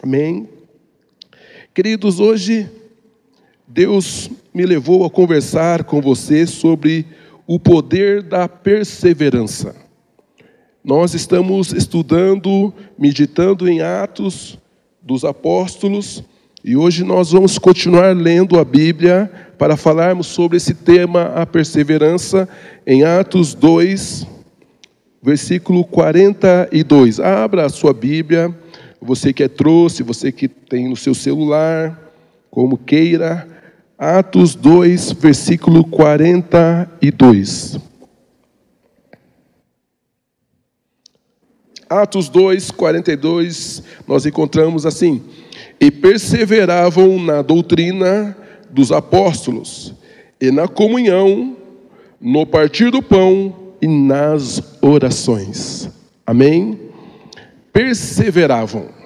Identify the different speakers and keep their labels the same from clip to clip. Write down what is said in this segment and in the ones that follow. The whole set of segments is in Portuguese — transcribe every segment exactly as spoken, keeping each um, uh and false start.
Speaker 1: Amém? Queridos, hoje Deus me levou a conversar com você sobre o poder da perseverança. Nós estamos estudando, meditando em Atos dos Apóstolos, e hoje nós vamos continuar lendo a Bíblia para falarmos sobre esse tema, a perseverança, em Atos dois, versículo quarenta e dois. Abra a sua Bíblia, você que é trouxe, você que tem no seu celular, como queira. Atos dois, versículo quarenta e dois. Atos dois, quarenta e dois, nós encontramos assim: e perseveravam na doutrina dos apóstolos, e na comunhão, no partir do pão e nas orações. Amém? Perseveravam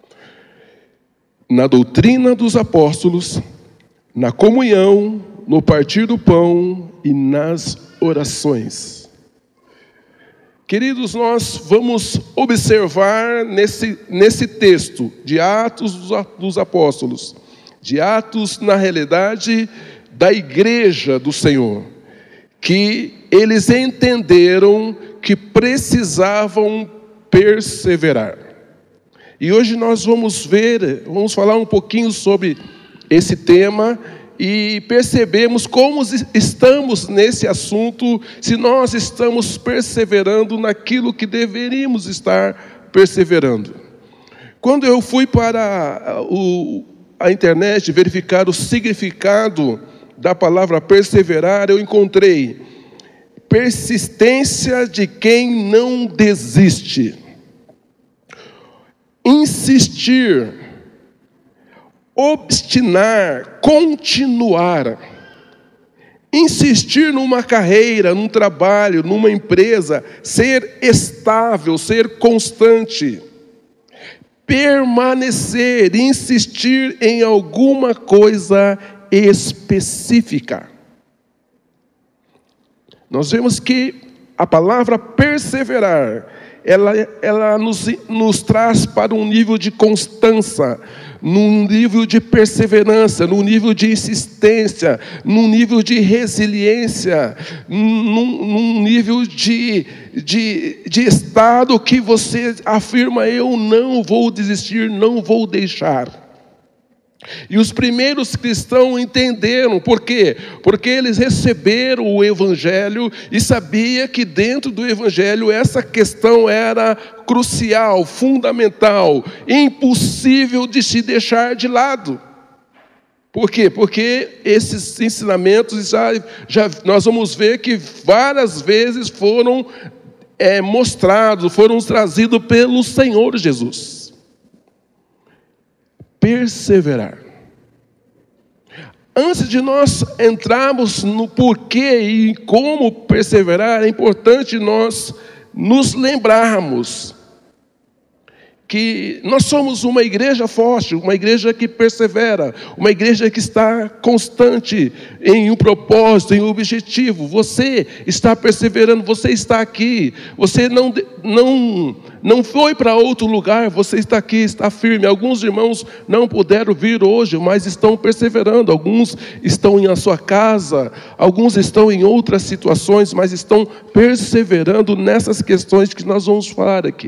Speaker 1: na doutrina dos apóstolos, na comunhão, no partir do pão e nas orações. Queridos, nós vamos observar nesse, nesse texto de Atos dos Apóstolos, de Atos, na realidade, da igreja do Senhor, que eles entenderam que precisavam perseverar. E hoje nós vamos ver, vamos falar um pouquinho sobre esse tema e percebemos como estamos nesse assunto, se nós estamos perseverando naquilo que deveríamos estar perseverando. Quando eu fui para o, a internet verificar o significado da palavra perseverar, eu encontrei persistência de quem não desiste, insistir, obstinar, continuar, insistir numa carreira, num trabalho, numa empresa, ser estável, ser constante, permanecer, insistir em alguma coisa específica. Nós vemos que a palavra perseverar, ela, ela nos, nos traz para um nível de constância, num nível de perseverança, num nível de insistência, num nível de resiliência, num, num nível de, de, de estado que você afirma: eu não vou desistir, não vou deixar. E os primeiros cristãos entenderam, por quê? Porque eles receberam o Evangelho e sabia que dentro do Evangelho essa questão era crucial, fundamental, impossível de se deixar de lado. Por quê? Porque esses ensinamentos, já, já, nós vamos ver que várias vezes foram é, mostrados, foram trazidos pelo Senhor Jesus. Perseverar. Antes de nós entrarmos no porquê e como perseverar, é importante nós nos lembrarmos que nós somos uma igreja forte, uma igreja que persevera, uma igreja que está constante em um propósito, em um objetivo. Você está perseverando, você está aqui, você não, não, não foi para outro lugar, você está aqui, está firme. Alguns irmãos não puderam vir hoje, mas estão perseverando. Alguns estão em sua casa, alguns estão em outras situações, mas estão perseverando nessas questões que nós vamos falar aqui.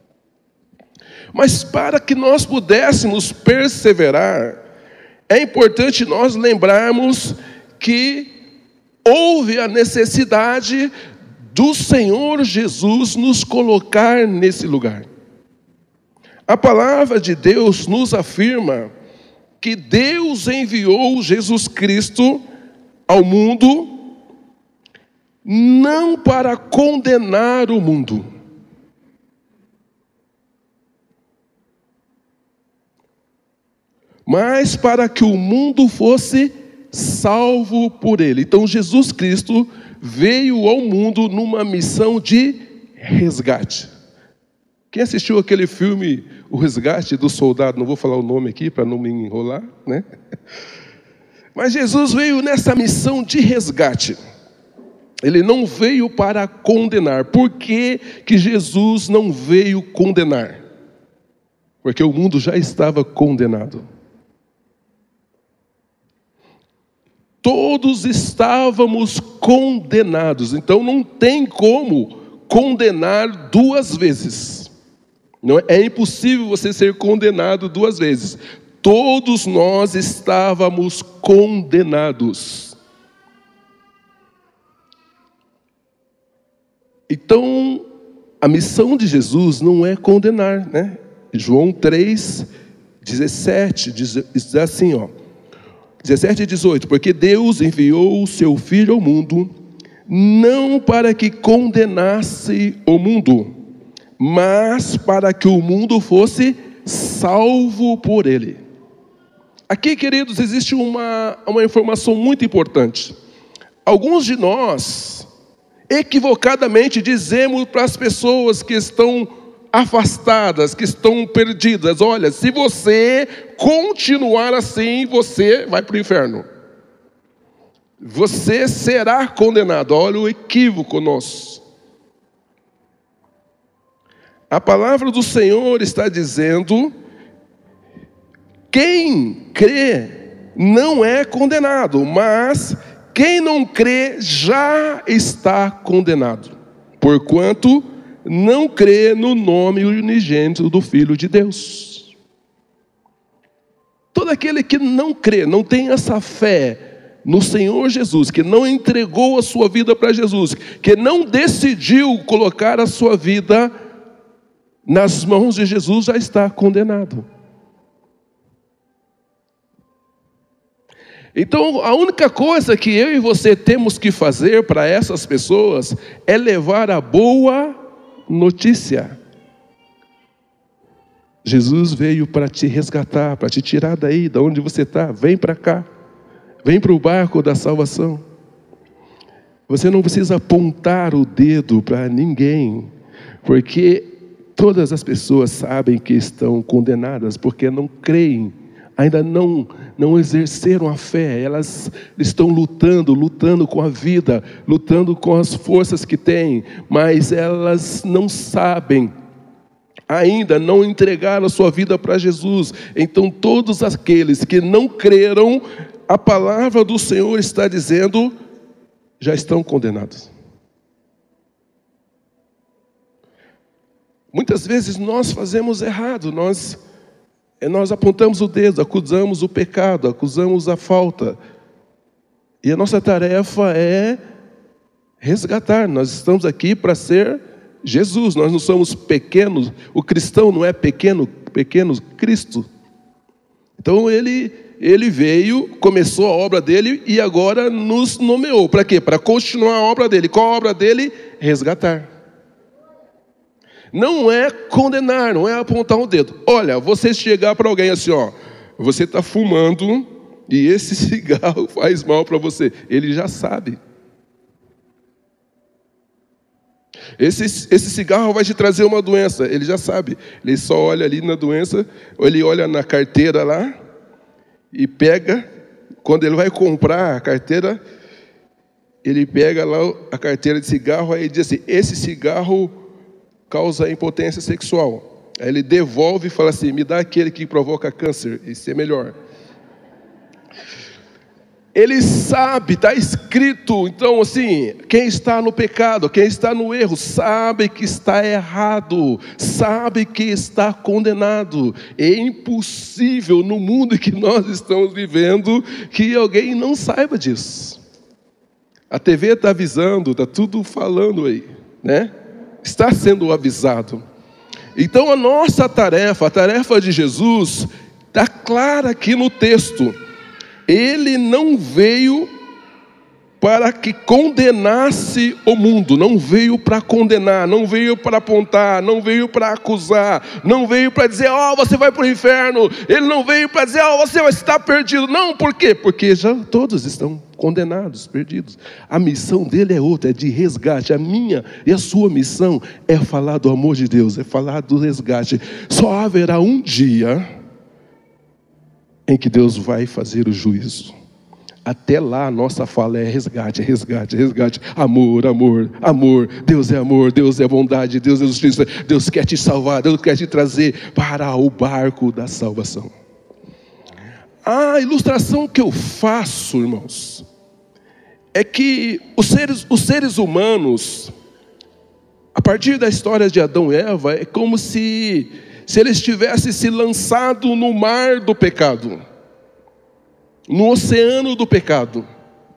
Speaker 1: Mas para que nós pudéssemos perseverar, é importante nós lembrarmos que houve a necessidade do Senhor Jesus nos colocar nesse lugar. A palavra de Deus nos afirma que Deus enviou Jesus Cristo ao mundo não para condenar o mundo, mas para que o mundo fosse salvo por ele. Então Jesus Cristo veio ao mundo numa missão de resgate. Quem assistiu aquele filme O Resgate do Soldado, não vou falar o nome aqui para não me enrolar, né? Mas Jesus veio nessa missão de resgate. Ele não veio para condenar. Por que que Jesus não veio condenar? porque o mundo já estava condenado. Todos estávamos condenados, então não tem como condenar duas vezes. Não é, é impossível você ser condenado duas vezes. Todos nós estávamos condenados. Então, a missão de Jesus não é condenar, né? João três, dezessete, diz, diz assim, ó. dezessete e dezoito, porque Deus enviou o seu Filho ao mundo, não para que condenasse o mundo, mas para que o mundo fosse salvo por ele. Aqui, queridos, existe uma, uma informação muito importante. Alguns de nós, equivocadamente, dizemos para as pessoas que estão afastadas, que estão perdidas: olha, se você continuar assim, você vai para o inferno. Você será condenado. Olha o equívoco nosso. A palavra do Senhor está dizendo: quem crê não é condenado, mas quem não crê já está condenado, porquanto não crê no nome unigênito do Filho de Deus. Todo aquele que não crê, não tem essa fé no Senhor Jesus, que não entregou a sua vida para Jesus, que não decidiu colocar a sua vida nas mãos de Jesus, já está condenado. Então, a única coisa que eu e você temos que fazer para essas pessoas é levar a boa notícia. Jesus veio para te resgatar, para te tirar daí, de onde você está. Vem para cá, vem para o barco da salvação. Você não precisa apontar o dedo para ninguém, porque todas as pessoas sabem que estão condenadas, porque não creem, ainda não, não exerceram a fé. Elas estão lutando, lutando com a vida, lutando com as forças que têm, mas elas não sabem, ainda não entregaram a sua vida para Jesus. Então todos aqueles que não creram, a palavra do Senhor está dizendo, já estão condenados. Muitas vezes nós fazemos errado, nós, nós apontamos o dedo, acusamos o pecado, acusamos a falta. E a nossa tarefa é resgatar. Nós estamos aqui para ser Jesus, nós não somos pequenos. O cristão não é pequeno, pequeno Cristo. Então ele, ele veio, começou a obra dele e agora nos nomeou. Para quê? Para continuar a obra dele. Qual a obra dele? Resgatar. Não é condenar, não é apontar o dedo. Olha, você chegar para alguém assim, ó, você está fumando e esse cigarro faz mal para você. Ele já sabe. Esse, esse cigarro vai te trazer uma doença. Ele já sabe. Ele só olha ali na doença, ou ele olha na carteira lá e pega. Quando ele vai comprar a carteira, ele pega lá a carteira de cigarro, aí diz assim, esse cigarro causa impotência sexual. Aí ele devolve e fala assim, me dá aquele que provoca câncer, esse é melhor. Ele sabe, está escrito. Então assim, quem está no pecado, quem está no erro, sabe que está errado, sabe que está condenado. É impossível no mundo que nós estamos vivendo que alguém não saiba disso. A T V está avisando, está tudo falando aí, né? Está sendo avisado. Então a nossa tarefa, a tarefa de Jesus, está clara aqui no texto. Ele não veio para que condenasse o mundo, não veio para condenar, não veio para apontar, não veio para acusar, não veio para dizer, ó, oh, você vai para o inferno. Ele não veio para dizer, ó, oh, você vai estar perdido. Não, por quê? Porque já todos estão condenados, perdidos. A missão dele é outra, é de resgate. A minha e a sua missão é falar do amor de Deus, é falar do resgate. Só haverá um dia em que Deus vai fazer o juízo. Até lá a nossa fala é resgate, resgate, resgate. Amor, amor, amor. Deus é amor, Deus é bondade, Deus é justiça. Deus quer te salvar, Deus quer te trazer para o barco da salvação. A ilustração que eu faço, irmãos, é que os seres, os seres humanos, a partir da história de Adão e Eva, é como se, se eles tivessem se lançado no mar do pecado, no oceano do pecado,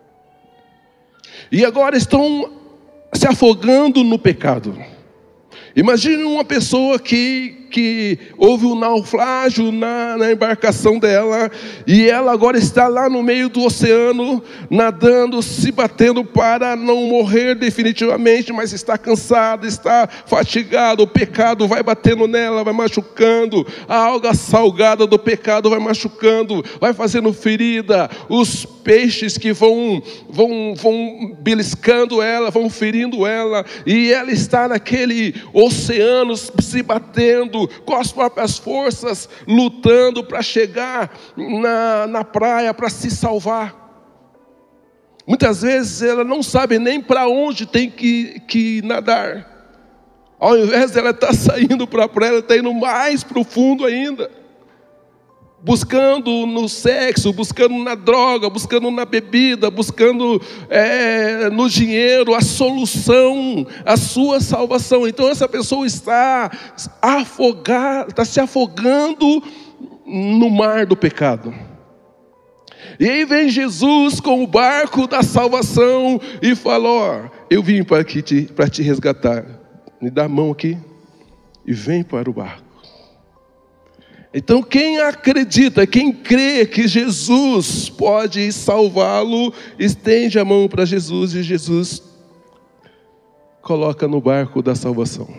Speaker 1: e agora estão se afogando no pecado. Imagine uma pessoa que, que houve um naufrágio na, na embarcação dela, e ela agora está lá no meio do oceano, nadando, se batendo para não morrer definitivamente, mas está cansada, está fatigada, o pecado vai batendo nela, vai machucando, a alga salgada do pecado vai machucando, vai fazendo ferida, os peixes que vão, vão, vão beliscando ela, vão ferindo ela, e ela está naquele oceano se batendo com as próprias forças, lutando para chegar na, na praia, para se salvar. Muitas vezes ela não sabe nem para onde tem que, que nadar. Ao invés dela estar saindo para a praia, ela está indo mais profundo ainda, buscando no sexo, buscando na droga, buscando na bebida, buscando é, no dinheiro a solução, a sua salvação. Então essa pessoa está afogada, está se afogando no mar do pecado. E aí vem Jesus com o barco da salvação e fala: ó, eu vim para aqui te, para te resgatar. Me dá a mão aqui e vem para o barco. Então quem acredita, quem crê que Jesus pode salvá-lo, estende a mão para Jesus e Jesus coloca no barco da salvação.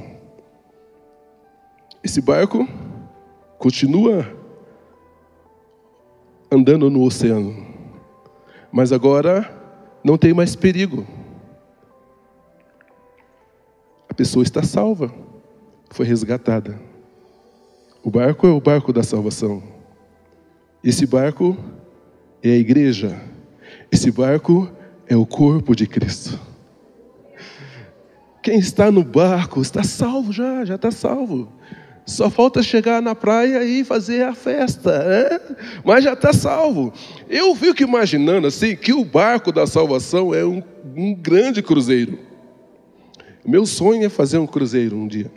Speaker 1: Esse barco continua andando no oceano, mas agora não tem mais perigo. A pessoa está salva, foi resgatada. O barco é o barco da salvação. Esse barco é a igreja. Esse barco é o corpo de Cristo. Quem está no barco está salvo já, já está salvo. Só falta chegar na praia e fazer a festa, né? Mas já está salvo. Eu fico imaginando assim, que o barco da salvação é um, um grande cruzeiro. Meu sonho é fazer um cruzeiro um dia.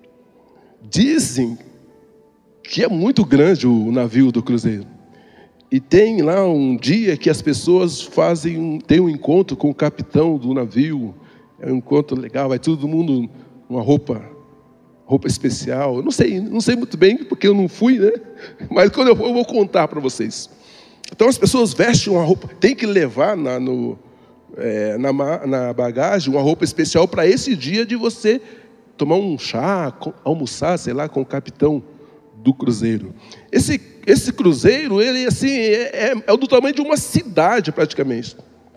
Speaker 1: Dizem que é muito grande o navio do cruzeiro. E tem lá um dia que as pessoas fazem um, tem um encontro com o capitão do navio. É um encontro legal, vai todo mundo uma roupa, roupa especial. Eu não sei, não sei muito bem, porque eu não fui, né? Mas quando eu for, eu vou contar para vocês. Então as pessoas vestem uma roupa, tem que levar na, no, é, na, na bagagem uma roupa especial para esse dia de você tomar um chá, almoçar, sei lá, com o capitão do cruzeiro. Esse, esse cruzeiro, ele assim, é, é, é do tamanho de uma cidade praticamente.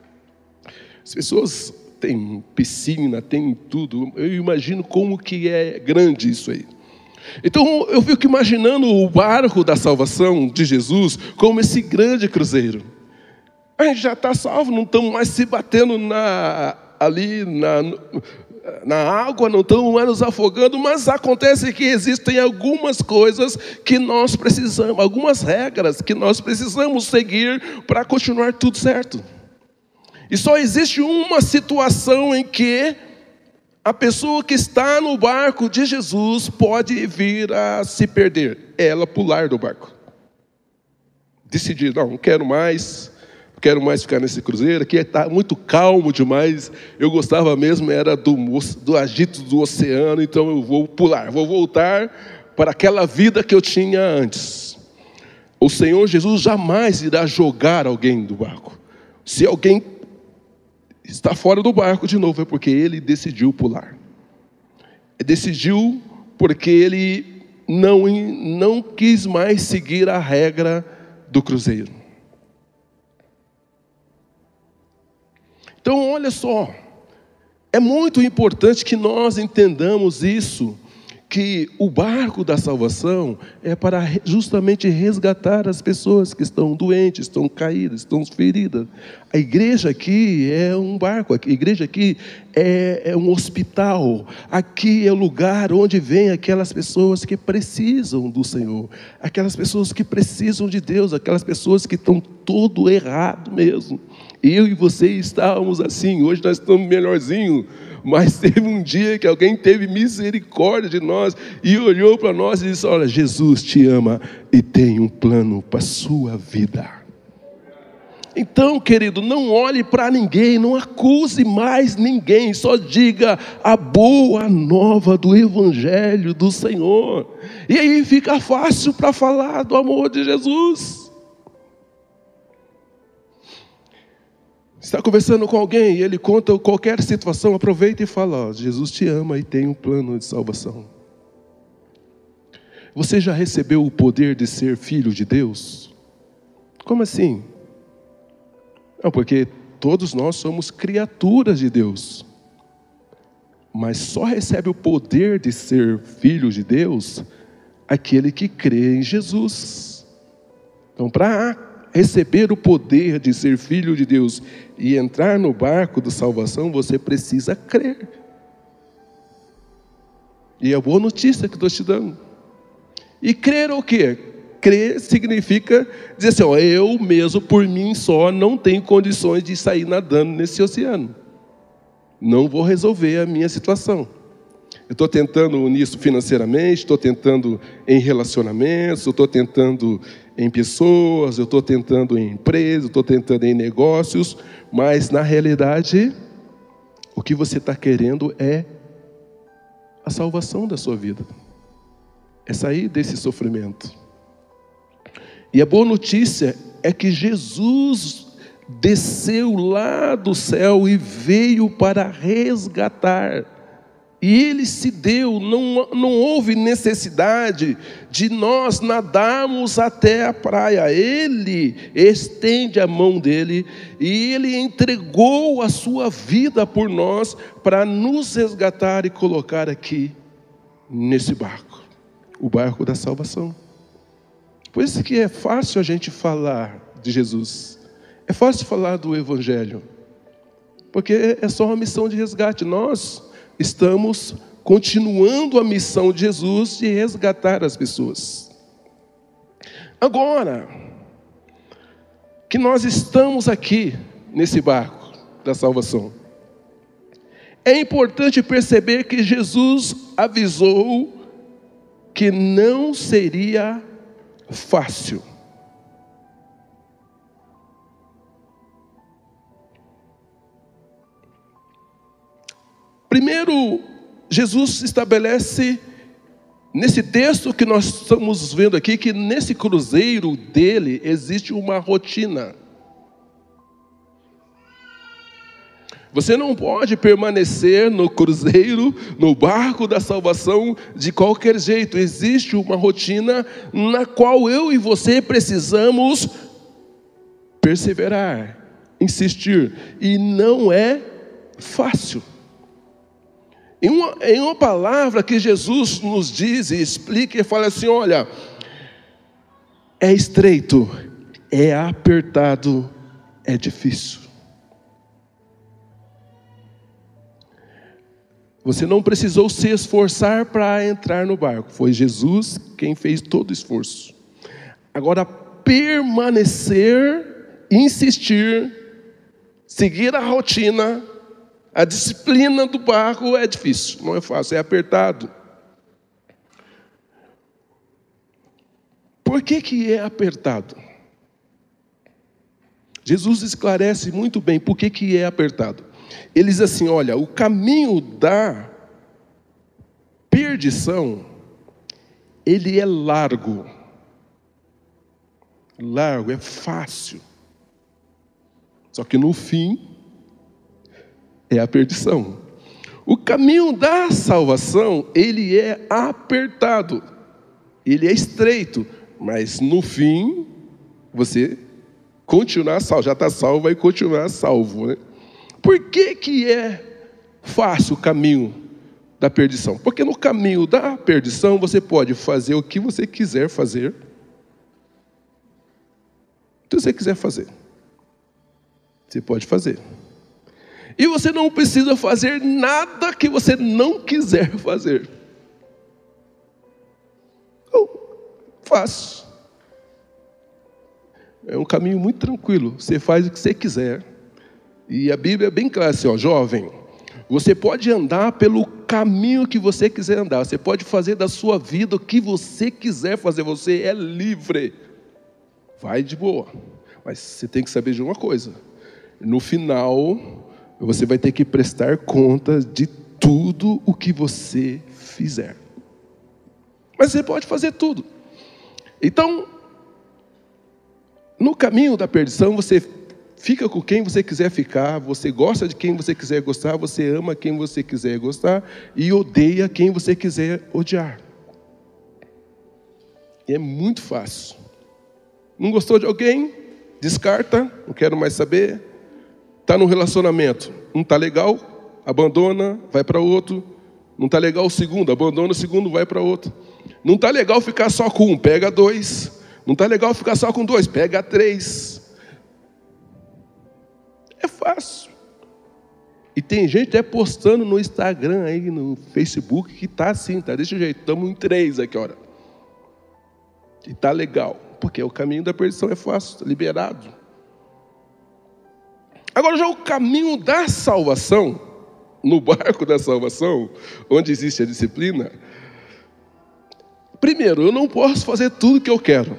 Speaker 1: As pessoas têm piscina, têm tudo. Eu imagino como que é grande isso aí. Então eu fico imaginando o barco da salvação de Jesus como esse grande cruzeiro. A gente já está salvo, não estamos mais se batendo na, ali na... na água, não estamos mais nos afogando, mas acontece que existem algumas coisas que nós precisamos, algumas regras que nós precisamos seguir para continuar tudo certo. E só existe uma situação em que a pessoa que está no barco de Jesus pode vir a se perder, é ela pular do barco. Decidir, não, não quero mais... quero mais ficar nesse cruzeiro, aqui está muito calmo demais, eu gostava mesmo, era do, do agito do oceano, então eu vou pular, vou voltar para aquela vida que eu tinha antes. O Senhor Jesus jamais irá jogar alguém do barco. Se alguém está fora do barco de novo, é porque ele decidiu pular. Decidiu porque ele não, não quis mais seguir a regra do cruzeiro. Então, olha só, é muito importante que nós entendamos isso, que o barco da salvação é para justamente resgatar as pessoas que estão doentes, estão caídas, estão feridas. A igreja aqui é um barco, a igreja aqui é, é um hospital, aqui é o lugar onde vem aquelas pessoas que precisam do Senhor, aquelas pessoas que precisam de Deus, aquelas pessoas que estão todo errado mesmo. Eu e você estávamos assim, hoje nós estamos melhorzinho, mas teve um dia que alguém teve misericórdia de nós e olhou para nós e disse: olha, Jesus te ama e tem um plano para a sua vida. Então, querido, não olhe para ninguém, não acuse mais ninguém, só diga a boa nova do Evangelho do Senhor. E aí fica fácil para falar do amor de Jesus. Está conversando com alguém e ele conta qualquer situação, aproveita e fala: ó, Jesus te ama e tem um plano de salvação. Você já recebeu o poder de ser filho de Deus? Como assim? Não, porque todos nós somos criaturas de Deus. Mas só recebe o poder de ser filho de Deus aquele que crê em Jesus. Então, para receber o poder de ser filho de Deus e entrar no barco da salvação, você precisa crer. E é a boa notícia que estou te dando. E crer o quê? Crer significa dizer assim: ó, eu mesmo por mim só não tenho condições de sair nadando nesse oceano. Não vou resolver a minha situação. Eu estou tentando nisso financeiramente, estou tentando em relacionamentos, eu estou tentando em pessoas, eu estou tentando em empresas, eu estou tentando em negócios, mas na realidade, o que você está querendo é a salvação da sua vida, é sair desse sofrimento. E a boa notícia é que Jesus desceu lá do céu e veio para resgatar. E Ele se deu, não, não houve necessidade de nós nadarmos até a praia. Ele estende a mão dele e Ele entregou a sua vida por nós para nos resgatar e colocar aqui nesse barco, o barco da salvação. Por isso que é fácil a gente falar de Jesus, é fácil falar do Evangelho, porque é só uma missão de resgate. Nós estamos continuando a missão de Jesus de resgatar as pessoas. Agora que nós estamos aqui nesse barco da salvação, é importante perceber que Jesus avisou que não seria fácil. Primeiro, Jesus estabelece, nesse texto que nós estamos vendo aqui, que nesse cruzeiro dele existe uma rotina. Você não pode permanecer no cruzeiro, no barco da salvação, de qualquer jeito. Existe uma rotina na qual eu e você precisamos perseverar, insistir. E não é fácil. Em uma, em uma palavra que Jesus nos diz e explica, ele fala assim: olha, é estreito, é apertado, é difícil. Você não precisou se esforçar para entrar no barco, foi Jesus quem fez todo o esforço. Agora, permanecer, insistir, seguir a rotina, a disciplina do barco é difícil, não é fácil, é apertado. Por que que é apertado? Jesus esclarece muito bem por que que é apertado. Ele diz assim: olha, o caminho da perdição, ele é largo. Largo, é fácil. Só que no fim, é a perdição. O caminho da salvação, ele é apertado. Ele é estreito. Mas no fim, você continuar salvo. Já está salvo, vai continuar salvo, né? Por que que é fácil o caminho da perdição? Porque no caminho da perdição você pode fazer o que você quiser fazer. O que você quiser fazer, você pode fazer. E você não precisa fazer nada que você não quiser fazer. Então, faço. É um caminho muito tranquilo. Você faz o que você quiser. E a Bíblia é bem clara assim, ó, jovem, você pode andar pelo caminho que você quiser andar. Você pode fazer da sua vida o que você quiser fazer. Você é livre. Vai de boa. Mas você tem que saber de uma coisa. No final, você vai ter que prestar conta de tudo o que você fizer. Mas você pode fazer tudo. Então, no caminho da perdição, você fica com quem você quiser ficar, você gosta de quem você quiser gostar, você ama quem você quiser gostar e odeia quem você quiser odiar. E é muito fácil. Não gostou de alguém? Descarta, não quero mais saber. Está num relacionamento, não está legal? Abandona, vai para outro. Não está legal o segundo, abandona o segundo, vai para outro. Não está legal ficar só com um, pega dois. Não está legal ficar só com dois, pega três. É fácil. E tem gente até postando no Instagram, aí, no Facebook, que está assim, tá desse jeito. Estamos em três aqui, olha. E está legal, porque o caminho da perdição é fácil, tá liberado. Agora já o caminho da salvação, no barco da salvação, onde existe a disciplina, primeiro, eu não posso fazer tudo o que eu quero.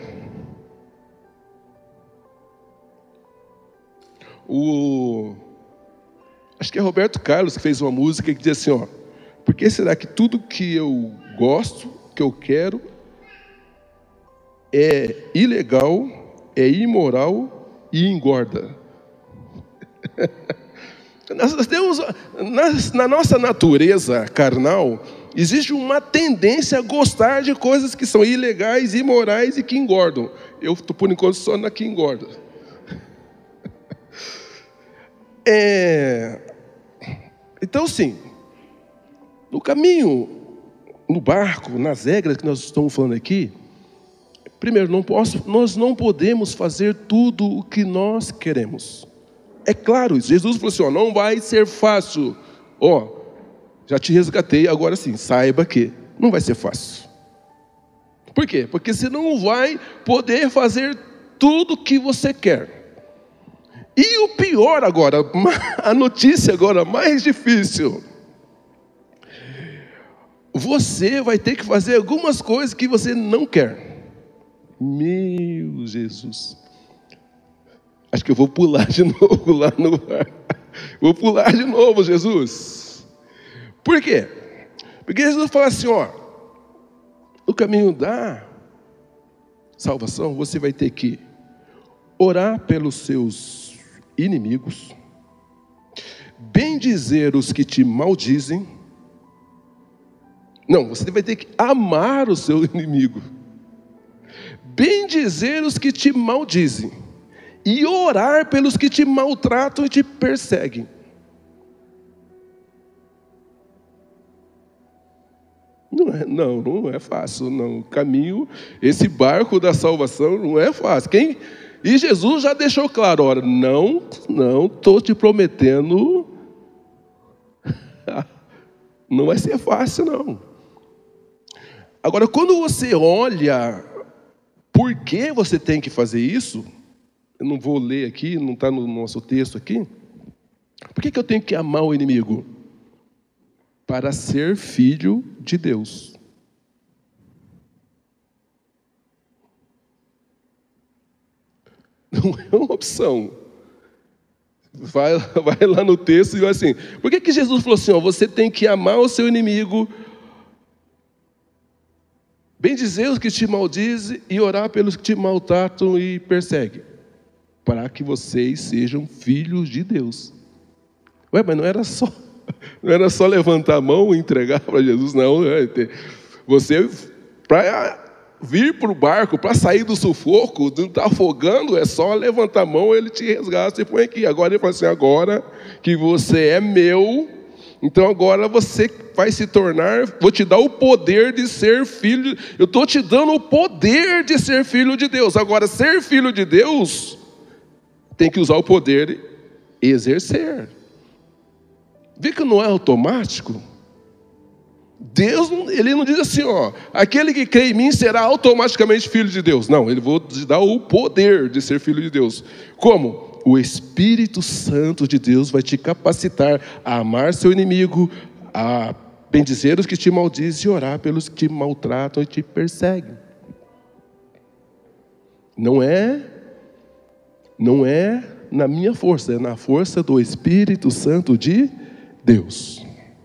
Speaker 1: O, acho que é Roberto Carlos que fez uma música que diz assim, ó, por que será que tudo que eu gosto, que eu quero, é ilegal, é imoral e engorda? Nós temos, na nossa natureza carnal, existe uma tendência a gostar de coisas que são ilegais, imorais e que engordam. Eu estou, por enquanto, só na que engorda. É... Então, sim, no caminho, no barco, nas regras que nós estamos falando aqui, primeiro, não posso, nós não podemos fazer tudo o que nós queremos. É claro, Jesus falou assim, ó, não vai ser fácil. Ó, já te resgatei, agora sim, saiba que não vai ser fácil. Por quê? Porque você não vai poder fazer tudo o que você quer. E o pior agora, a notícia agora mais difícil. Você vai ter que fazer algumas coisas que você não quer. Meu Jesus. Acho que eu vou pular de novo lá no ar. Vou pular de novo, Jesus. Por quê? Porque Jesus fala assim, ó, no caminho da salvação, você vai ter que orar pelos seus inimigos, bendizer os que te maldizem. Não, você vai ter que amar o seu inimigo, bendizer os que te maldizem e orar pelos que te maltratam e te perseguem. Não é, não, não é fácil, não. O caminho, esse barco da salvação não é fácil. Quem, e Jesus já deixou claro, olha, não, não estou te prometendo, não vai ser fácil, não. Agora, quando você olha por que você tem que fazer isso, eu não vou ler aqui, não está no nosso texto aqui. Por que que eu tenho que amar o inimigo? Para ser filho de Deus. Não é uma opção. Vai, vai lá no texto e vai assim. Por que que Jesus falou assim, ó, você tem que amar o seu inimigo, bendizer os que te maldizem e orar pelos que te maltratam e perseguem, para que vocês sejam filhos de Deus. Ué, mas não era só, não era só levantar a mão e entregar para Jesus, não. Você, para vir para o barco, para sair do sufoco, não está afogando, é só levantar a mão, ele te resgata e põe aqui. Agora ele fala assim, agora que você é meu, Então agora você vai se tornar, vou te dar o poder de ser filho, eu estou te dando o poder de ser filho de Deus. Agora, ser filho de Deus, tem que usar o poder e exercer. Vê que não é automático? Deus, ele não diz assim, ó, aquele que crê em mim será automaticamente filho de Deus. Não, ele vai te dar o poder de ser filho de Deus. Como? O Espírito Santo de Deus vai te capacitar a amar seu inimigo, a bendizer os que te maldizem e orar pelos que te maltratam e te perseguem. Não é, não é na minha força, é na força do Espírito Santo de Deus.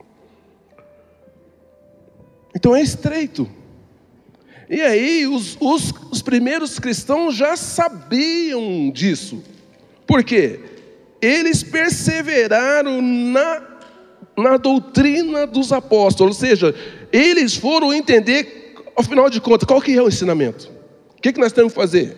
Speaker 1: Então é estreito. E aí os, os, os primeiros cristãos já sabiam disso. Por quê? Eles perseveraram na, na doutrina dos apóstolos. Ou seja, eles foram entender, afinal de contas, qual que é o ensinamento? O que, que nós temos que fazer?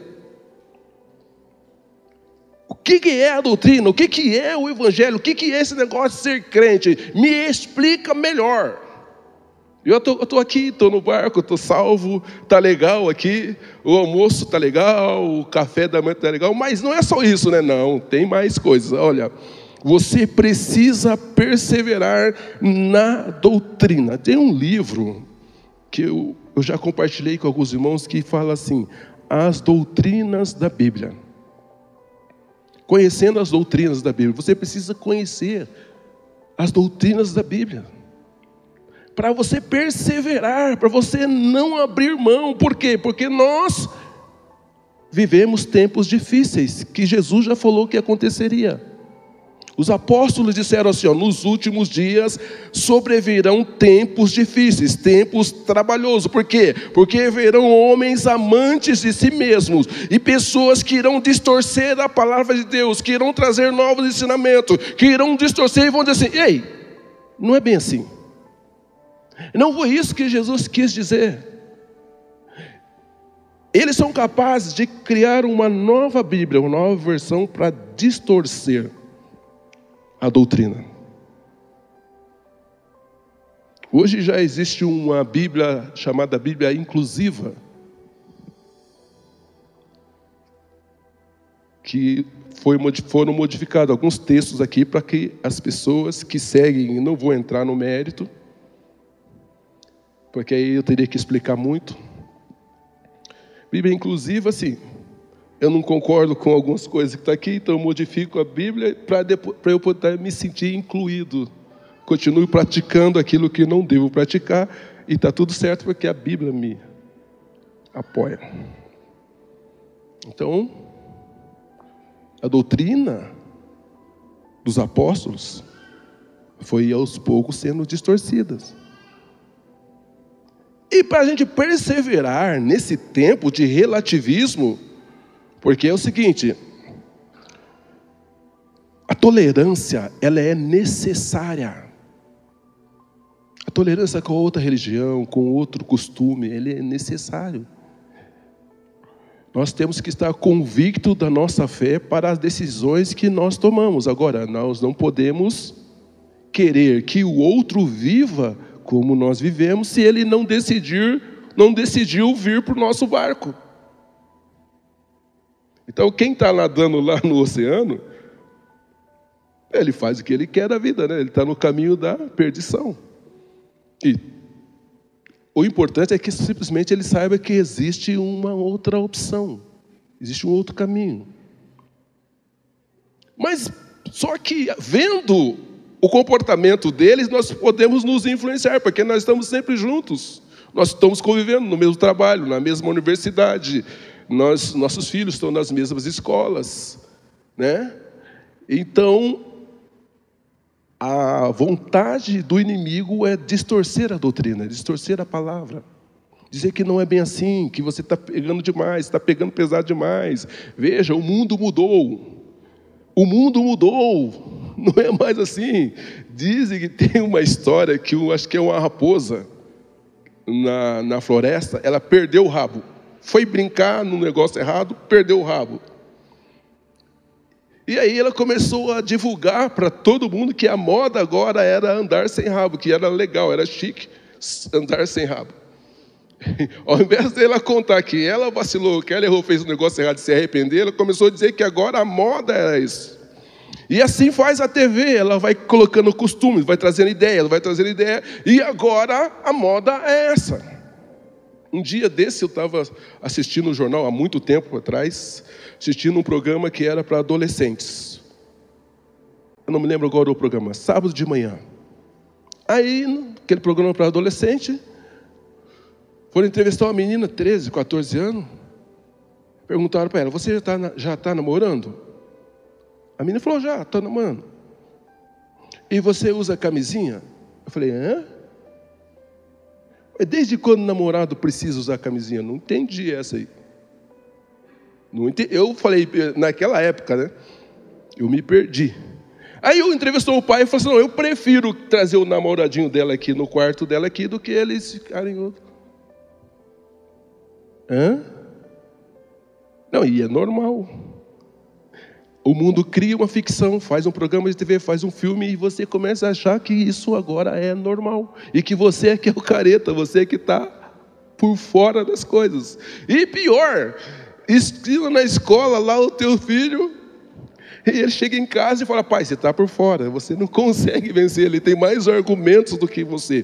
Speaker 1: O que, que é a doutrina? O que, que é o evangelho? O que, que é esse negócio de ser crente? Me explica melhor. Eu estou aqui, estou no barco, estou salvo, está legal aqui, o almoço está legal, o café da manhã está legal, mas não é só isso, né? Não, tem mais coisas. Olha, você precisa perseverar na doutrina. Tem um livro que eu, eu já compartilhei com alguns irmãos que fala assim, as doutrinas da Bíblia. Conhecendo as doutrinas da Bíblia, você precisa conhecer as doutrinas da Bíblia. Para você perseverar, para você não abrir mão. Por quê? Porque nós vivemos tempos difíceis, que Jesus já falou que aconteceria. Os apóstolos disseram assim, ó, nos últimos dias sobrevirão tempos difíceis, tempos trabalhosos. Por quê? Porque haverão homens amantes de si mesmos e pessoas que irão distorcer a palavra de Deus, que irão trazer novos ensinamentos, que irão distorcer e vão dizer assim, ei, não é bem assim. Não foi isso que Jesus quis dizer. Eles são capazes de criar uma nova Bíblia, uma nova versão para distorcer a doutrina. Hoje já existe uma Bíblia chamada Bíblia inclusiva, que foi, foram modificados alguns textos aqui para que as pessoas que seguem, não vou entrar no mérito, porque aí eu teria que explicar muito. Bíblia inclusiva, assim, eu não concordo com algumas coisas que estão aqui, então eu modifico a Bíblia para eu poder me sentir incluído. Continuo praticando aquilo que não devo praticar e está tudo certo porque a Bíblia me apoia. Então, a doutrina dos apóstolos foi aos poucos sendo distorcida. E para a gente perseverar nesse tempo de relativismo, porque é o seguinte, a tolerância, ela é necessária. A tolerância com outra religião, com outro costume, ele é necessário. Nós temos que estar convictos da nossa fé para as decisões que nós tomamos. Agora, nós não podemos querer que o outro viva como nós vivemos, se ele não decidir, não decidiu vir para o nosso barco. Então, quem está nadando lá no oceano, ele faz o que ele quer da vida, né? Ele está no caminho da perdição. E o importante é que simplesmente ele saiba que existe uma outra opção, existe um outro caminho. Mas, só que, vendo o comportamento deles, nós podemos nos influenciar, porque nós estamos sempre juntos. Nós estamos convivendo no mesmo trabalho, na mesma universidade. Nós, nossos filhos estão nas mesmas escolas, né? Então, a vontade do inimigo é distorcer a doutrina, distorcer a palavra. Dizer que não é bem assim, que você está pegando demais, está pegando pesado demais. Veja, o mundo mudou. O mundo mudou. Não é mais assim. Dizem que tem uma história que eu acho que é uma raposa na, na floresta, ela perdeu o rabo. Foi brincar num negócio errado, perdeu o rabo. E aí ela começou a divulgar para todo mundo que a moda agora era andar sem rabo, que era legal, era chique andar sem rabo. Ao invés dela contar que ela vacilou, que ela errou, fez um negócio errado e se arrepender, ela começou a dizer que agora a moda era isso. E assim faz a T V, ela vai colocando costumes, vai trazendo ideia, ela vai trazendo ideia, e agora a moda é essa. Um dia desse eu estava assistindo um jornal, há muito tempo atrás, assistindo um programa que era para adolescentes. Eu não me lembro agora o programa, sábado de manhã. Aí, aquele programa para adolescente, foram entrevistar uma menina, treze, quatorze anos, perguntaram para ela, você já está já tá namorando? A menina falou, já, estou namorando. E você usa camisinha? Eu falei, hã? Desde quando o namorado precisa usar camisinha? Não entendi essa aí. Não entendi. Eu falei, naquela época, né? Eu me perdi. Aí eu entrevistou o pai e falou assim, não, eu prefiro trazer o namoradinho dela aqui no quarto dela aqui do que eles ficarem outro. Hã? Não, e é normal. O mundo cria uma ficção, faz um programa de T V, faz um filme e você começa a achar que isso agora é normal. E que você é que é o careta, você é que está por fora das coisas. E pior, ensina na escola lá o teu filho, e ele chega em casa e fala, pai, você está por fora, você não consegue vencer, ele tem mais argumentos do que você.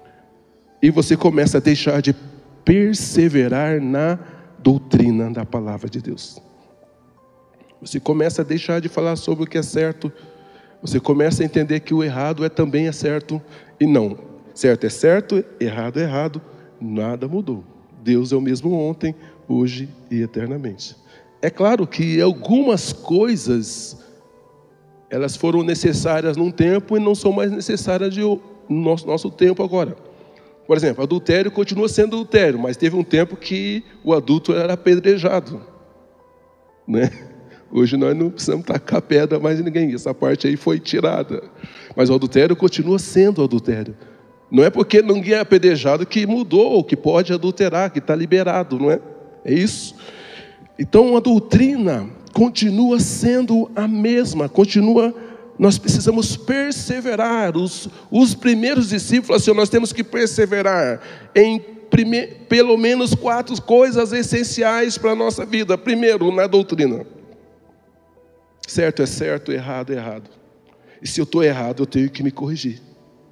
Speaker 1: E você começa a deixar de perseverar na doutrina da palavra de Deus. Você começa a deixar de falar sobre o que é certo. Você começa a entender que o errado é também é certo. E não, certo é certo, errado é errado. Nada mudou. Deus é o mesmo ontem, hoje e eternamente. É claro que algumas coisas, elas foram necessárias num tempo e não são mais necessárias no nosso, nosso tempo agora. Por exemplo, adultério continua sendo adultério, mas teve um tempo que o adulto era apedrejado, né? Hoje nós não precisamos tacar pedra mais em ninguém. Essa parte aí foi tirada. Mas o adultério continua sendo adultério. Não é porque ninguém é apedrejado que mudou, que pode adulterar, que está liberado, não é? É isso. Então a doutrina continua sendo a mesma. Continua, nós precisamos perseverar. Os, os primeiros discípulos, assim, nós temos que perseverar em prime, pelo menos quatro coisas essenciais para a nossa vida. Primeiro, na doutrina. Certo é certo, errado é errado. E se eu estou errado, eu tenho que me corrigir.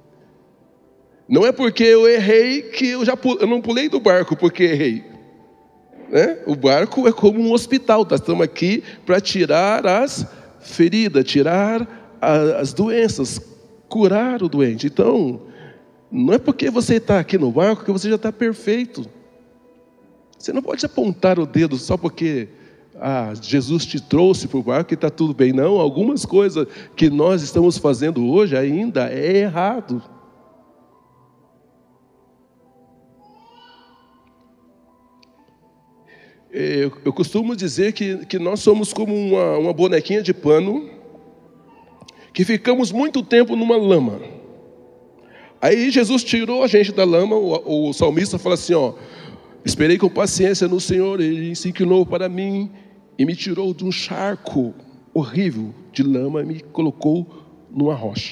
Speaker 1: Não é porque eu errei que eu já pulei, eu não pulei do barco porque errei. Né? O barco é como um hospital. Nós estamos aqui para tirar as feridas, tirar as doenças, curar o doente. Então, não é porque você está aqui no barco que você já está perfeito. Você não pode apontar o dedo só porque... Ah, Jesus te trouxe para o barco e está tudo bem. Não, algumas coisas que nós estamos fazendo hoje ainda é errado. Eu, eu costumo dizer que, que nós somos como uma, uma bonequinha de pano que ficamos muito tempo numa lama. Aí Jesus tirou a gente da lama, o, o salmista fala assim, ó, esperei com paciência no Senhor, Ele se inclinou para mim e me tirou de um charco horrível de lama e me colocou numa rocha.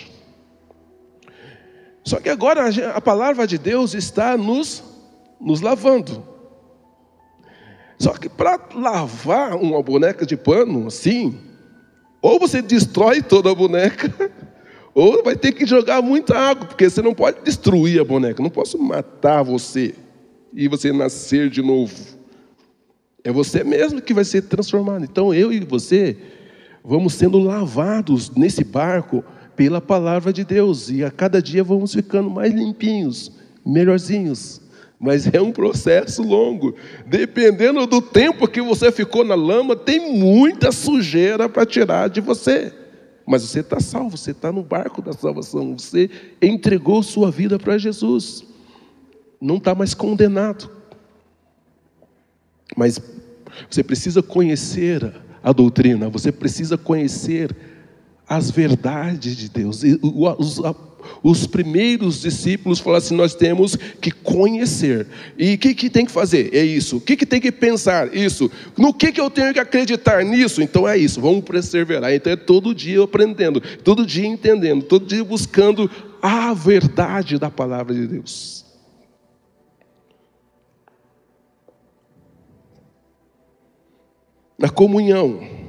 Speaker 1: Só que agora a palavra de Deus está nos, nos lavando. Só que para lavar uma boneca de pano, assim, ou você destrói toda a boneca, ou vai ter que jogar muita água, porque você não pode destruir a boneca. Não posso matar você e você nascer de novo. É você mesmo que vai ser transformado. Então eu e você vamos sendo lavados nesse barco pela palavra de Deus. E a cada dia vamos ficando mais limpinhos, melhorzinhos. Mas é um processo longo. Dependendo do tempo que você ficou na lama, tem muita sujeira para tirar de você. Mas você está salvo, você está no barco da salvação. Você entregou sua vida para Jesus. Não está mais condenado. Mas você precisa conhecer a doutrina, você precisa conhecer as verdades de Deus. os primeiros discípulos falaram assim: nós temos que conhecer. E o que, que tem que fazer? É isso. O que, que tem que pensar? Isso. No que, que eu tenho que acreditar nisso? Então é isso, vamos perseverar. Então é todo dia aprendendo, todo dia entendendo, todo dia buscando a verdade da palavra de Deus. Na comunhão.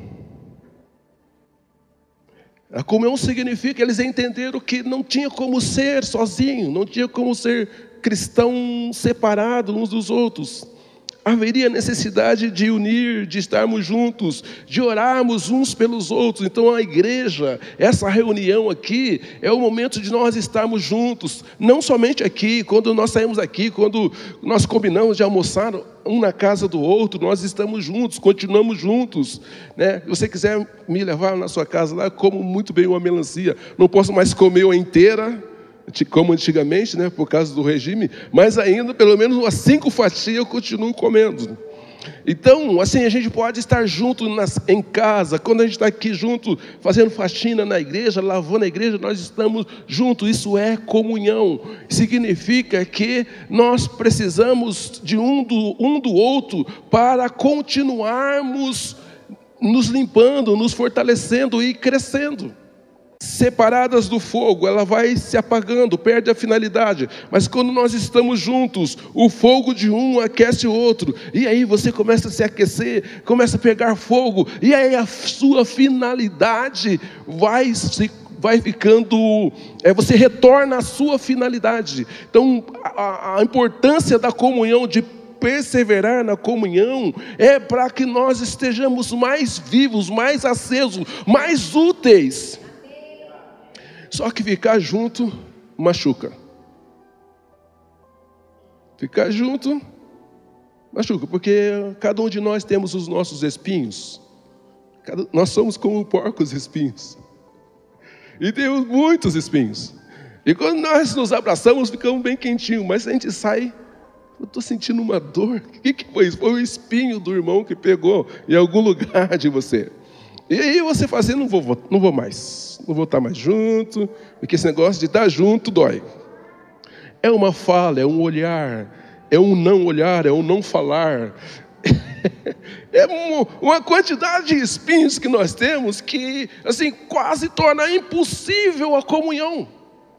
Speaker 1: A comunhão significa que eles entenderam que não tinha como ser sozinho, não tinha como ser cristão separado uns dos outros. Haveria necessidade de unir, de estarmos juntos, de orarmos uns pelos outros. Então a igreja, essa reunião aqui, é o momento de nós estarmos juntos. Não somente aqui, quando nós saímos aqui, quando nós combinamos de almoçar um na casa do outro, nós estamos juntos, continuamos juntos, né? Se você quiser me levar na sua casa lá, eu como muito bem uma melancia. Não posso mais comer-a inteira, como antigamente, né, por causa do regime, mas ainda, pelo menos umas cinco fatias eu continuo comendo. Então, assim, a gente pode estar junto nas, em casa, quando a gente está aqui junto, fazendo faxina na igreja, lavando a igreja, nós estamos juntos, isso é comunhão. Significa que nós precisamos de um do, um do outro para continuarmos nos limpando, nos fortalecendo e crescendo. Separadas do fogo, ela vai se apagando, perde a finalidade. Mas quando nós estamos juntos, o fogo de um aquece o outro. E aí você começa a se aquecer, começa a pegar fogo. E aí a sua finalidade vai se vai ficando, é, você retorna à sua finalidade. Então a, a importância da comunhão, de perseverar na comunhão, é para que nós estejamos mais vivos, mais acesos, mais úteis. Só que ficar junto machuca. Ficar junto machuca, porque cada um de nós temos os nossos espinhos. Cada, nós somos como porcos espinhos. E temos muitos espinhos. E quando nós nos abraçamos, ficamos bem quentinhos. Mas a gente sai, eu estou sentindo uma dor. O que, que foi isso? Foi o espinho do irmão que pegou em algum lugar de você. E aí você fala assim: não vou, não vou mais, não vou estar mais junto, porque esse negócio de estar junto dói. É uma fala, é um olhar, é um não olhar, é um não falar. É uma quantidade de espinhos que nós temos que, assim, quase torna impossível a comunhão.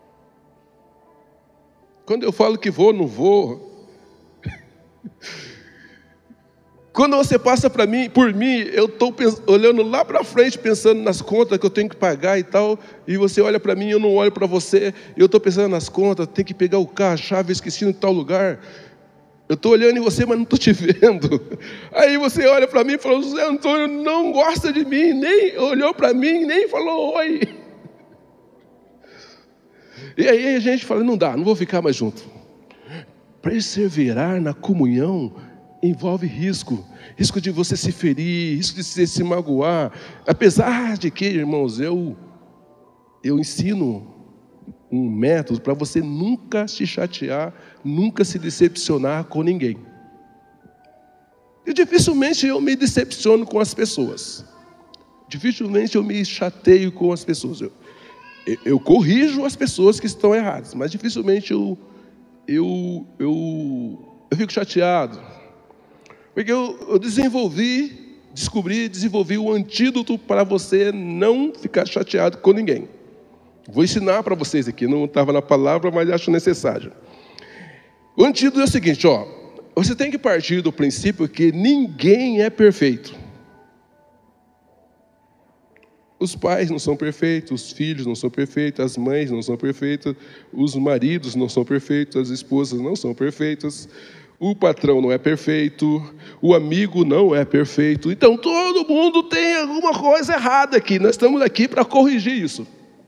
Speaker 1: Quando eu falo que vou, não vou. Quando você passa para mim, por mim, eu estou olhando lá para frente, pensando nas contas que eu tenho que pagar e tal, e você olha para mim, eu não olho para você, eu estou pensando nas contas, tenho que pegar o carro, a chave, esqueci em tal lugar. Eu estou olhando em você, mas não estou te vendo. Aí você olha para mim e fala: José Antônio não gosta de mim, nem olhou para mim, nem falou oi. E aí a gente fala: não dá, não vou ficar mais junto. Perseverar na comunhão envolve risco, risco de você se ferir, risco de você se magoar. Apesar de que, irmãos, eu, eu ensino um método para você nunca se chatear, nunca se decepcionar com ninguém. E dificilmente eu me decepciono com as pessoas. Dificilmente eu me chateio com as pessoas. Eu, eu, eu corrijo as pessoas que estão erradas, mas dificilmente eu, eu, eu, eu fico chateado. Porque eu, eu desenvolvi, descobri, desenvolvi o antídoto para você não ficar chateado com ninguém. Vou ensinar para vocês aqui, não estava na palavra, mas acho necessário. O antídoto é o seguinte, ó, você tem que partir do princípio que ninguém é perfeito. Os pais não são perfeitos, os filhos não são perfeitos, as mães não são perfeitas, os maridos não são perfeitos, as esposas não são perfeitas. O patrão não é perfeito, o amigo não é perfeito. Então todo mundo tem alguma coisa errada aqui. Nós estamos aqui para corrigir isso.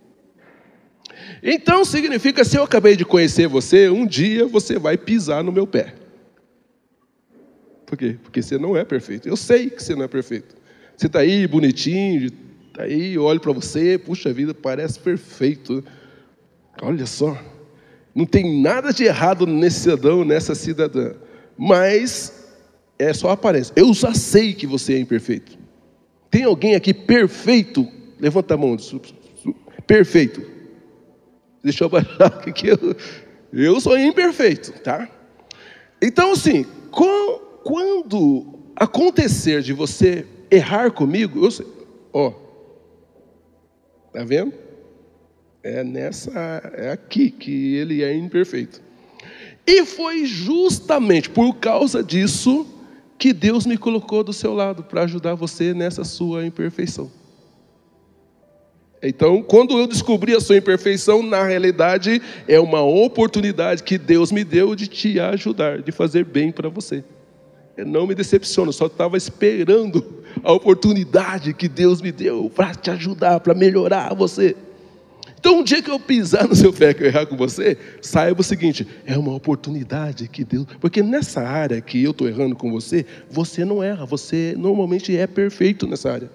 Speaker 1: Então significa, se eu acabei de conhecer você, um dia você vai pisar no meu pé. Por quê? Porque você não é perfeito. Eu sei que você não é perfeito. Você está aí bonitinho, está aí, eu olho para você, puxa vida, parece perfeito. Olha só. Não tem nada de errado nesse cidadão, nessa cidadã. Mas é só aparência. Eu já sei que você é imperfeito. Tem alguém aqui perfeito? Levanta a mão. Perfeito. Deixa eu baixar aqui que eu, eu sou imperfeito, tá? Então, assim, quando acontecer de você errar comigo, eu sei, ó, tá vendo? É nessa, é aqui que ele é imperfeito. E foi justamente por causa disso que Deus me colocou do seu lado para ajudar você nessa sua imperfeição. Então, quando eu descobri a sua imperfeição, na realidade, é uma oportunidade que Deus me deu de te ajudar, de fazer bem para você. Eu não me decepciono, só estava esperando a oportunidade que Deus me deu para te ajudar, para melhorar você. Então, um dia que eu pisar no seu pé, que eu errar com você, saiba o seguinte, é uma oportunidade que Deus... Porque nessa área que eu estou errando com você, você não erra, você normalmente é perfeito nessa área.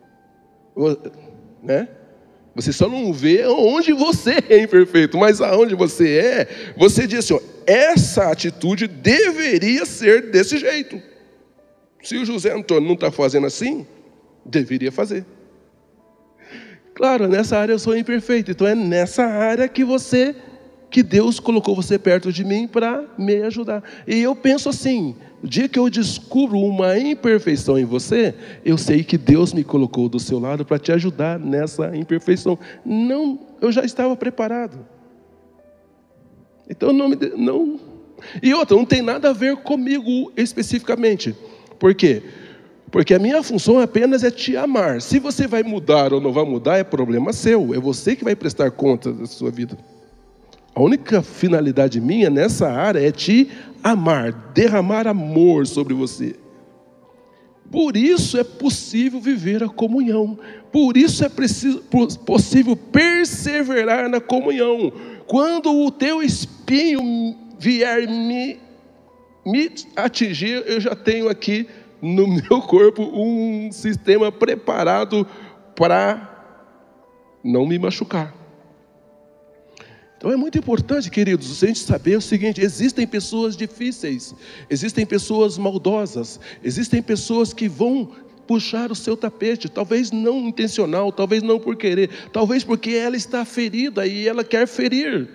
Speaker 1: Né? Você só não vê onde você é imperfeito, mas aonde você é, você diz assim, ó, essa atitude deveria ser desse jeito. Se o José Antônio não está fazendo assim, deveria fazer. Claro, nessa área eu sou imperfeito, então é nessa área que você, que Deus colocou você perto de mim para me ajudar. E eu penso assim, o dia que eu descubro uma imperfeição em você, eu sei que Deus me colocou do seu lado para te ajudar nessa imperfeição. Não, eu já estava preparado. Então não me... Não... E outra, não tem nada a ver comigo especificamente. Por quê? Porque a minha função apenas é te amar. Se você vai mudar ou não vai mudar, é problema seu. É você que vai prestar conta da sua vida. A única finalidade minha nessa área é te amar, derramar amor sobre você. Por isso é possível viver a comunhão. Por isso é preciso, possível perseverar na comunhão. Quando o teu espinho vier me, me atingir, eu já tenho aqui no meu corpo um sistema preparado para não me machucar. Então é muito importante, queridos, a gente saber o seguinte, existem pessoas difíceis, existem pessoas maldosas, existem pessoas que vão puxar o seu tapete, talvez não intencional, talvez não por querer, talvez porque ela está ferida e ela quer ferir.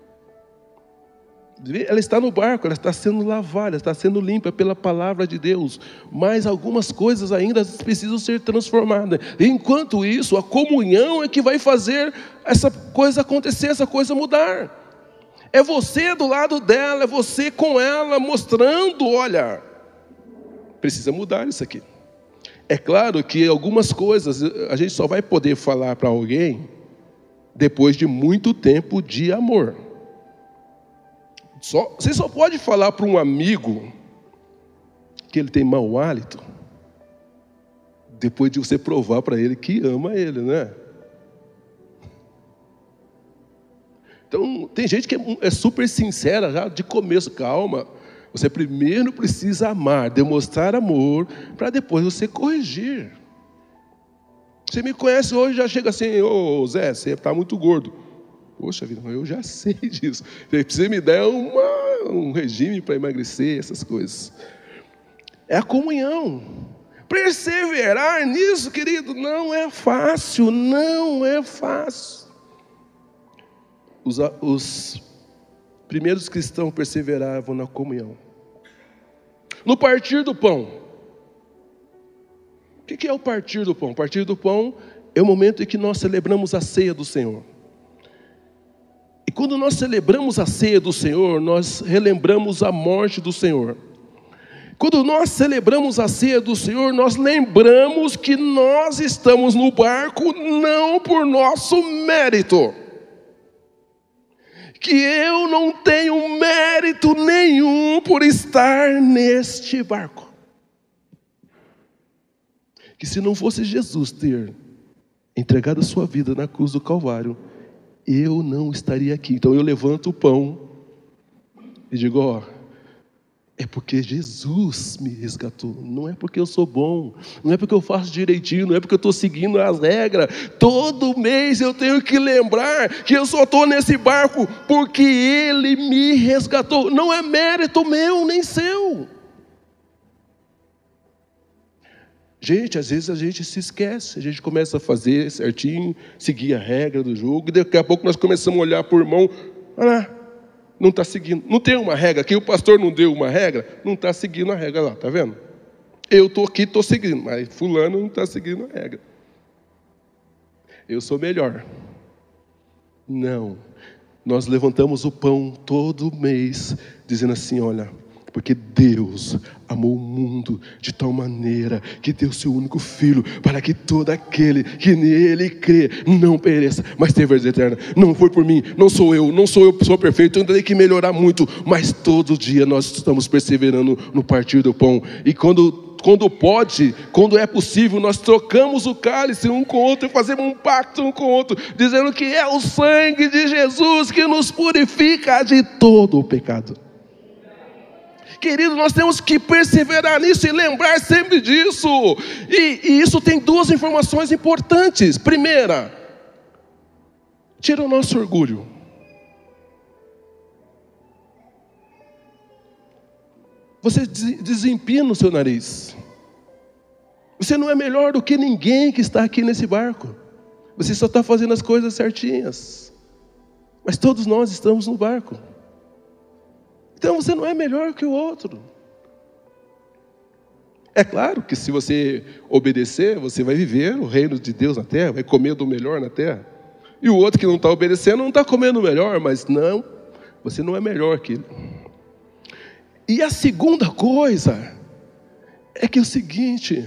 Speaker 1: Ela está no barco, ela está sendo lavada, está sendo limpa pela palavra de Deus, mas algumas coisas ainda precisam ser transformadas. Enquanto isso, a comunhão é que vai fazer essa coisa acontecer, essa coisa mudar. É você do lado dela, é você com ela, mostrando, olha, precisa mudar isso aqui. É claro que algumas coisas a gente só vai poder falar para alguém depois de muito tempo de amor. Só, você só pode falar para um amigo que ele tem mau hálito depois de você provar para ele que ama ele, né? Então, tem gente que é, é super sincera já de começo, calma. Você primeiro precisa amar, demonstrar amor, para depois você corrigir. Você me conhece hoje, já chega assim, ô Zé, você está muito gordo. Poxa vida, eu já sei disso. Você precisa me dar uma, um regime para emagrecer, essas coisas. É a comunhão. Perseverar nisso, querido, não é fácil, não é fácil. Os, os primeiros cristãos perseveravam na comunhão. No partir do pão. O que é o partir do pão? O partir do pão é o momento em que nós celebramos a ceia do Senhor. E quando nós celebramos a ceia do Senhor, nós relembramos a morte do Senhor. Quando nós celebramos a ceia do Senhor, nós lembramos que nós estamos no barco não por nosso mérito. Que eu não tenho mérito nenhum por estar neste barco. Que se não fosse Jesus ter entregado a sua vida na cruz do Calvário, eu não estaria aqui. Então eu levanto o pão e digo, ó, é porque Jesus me resgatou. Não é porque eu sou bom, não é porque eu faço direitinho, não é porque eu estou seguindo as regras. Todo mês eu tenho que lembrar que eu só estou nesse barco porque Ele me resgatou. Não é mérito meu nem seu. Gente, às vezes a gente se esquece, a gente começa a fazer certinho, seguir a regra do jogo, e daqui a pouco nós começamos a olhar para o irmão, ah, não está seguindo. Não tem uma regra aqui, o pastor não deu uma regra, não está seguindo a regra lá, está vendo? Eu estou aqui, estou seguindo, mas fulano não está seguindo a regra. Eu sou melhor. Não. Nós levantamos o pão todo mês, dizendo assim, olha, porque Deus amou o mundo de tal maneira que deu seu único Filho, para que todo aquele que nele crê não pereça, mas tenha vida eterna. Não foi por mim, não sou eu, não sou eu que sou perfeito, eu ainda tenho que melhorar muito, mas todo dia nós estamos perseverando no partir do pão. E quando, quando pode, quando é possível, nós trocamos o cálice um com o outro e fazemos um pacto um com o outro, dizendo que é o sangue de Jesus que nos purifica de todo o pecado. Querido, nós temos que perseverar nisso e lembrar sempre disso. E, e isso tem duas informações importantes. Primeira, tira o nosso orgulho. Você desempina o seu nariz. Você não é melhor do que ninguém que está aqui nesse barco. Você só está fazendo as coisas certinhas. Mas todos nós estamos no barco. Então você não é melhor que o outro. É claro que se você obedecer, você vai viver o reino de Deus na terra, vai comer do melhor na terra. E o outro que não está obedecendo não está comendo o melhor, mas não, você não é melhor que ele. E a segunda coisa é que é o seguinte,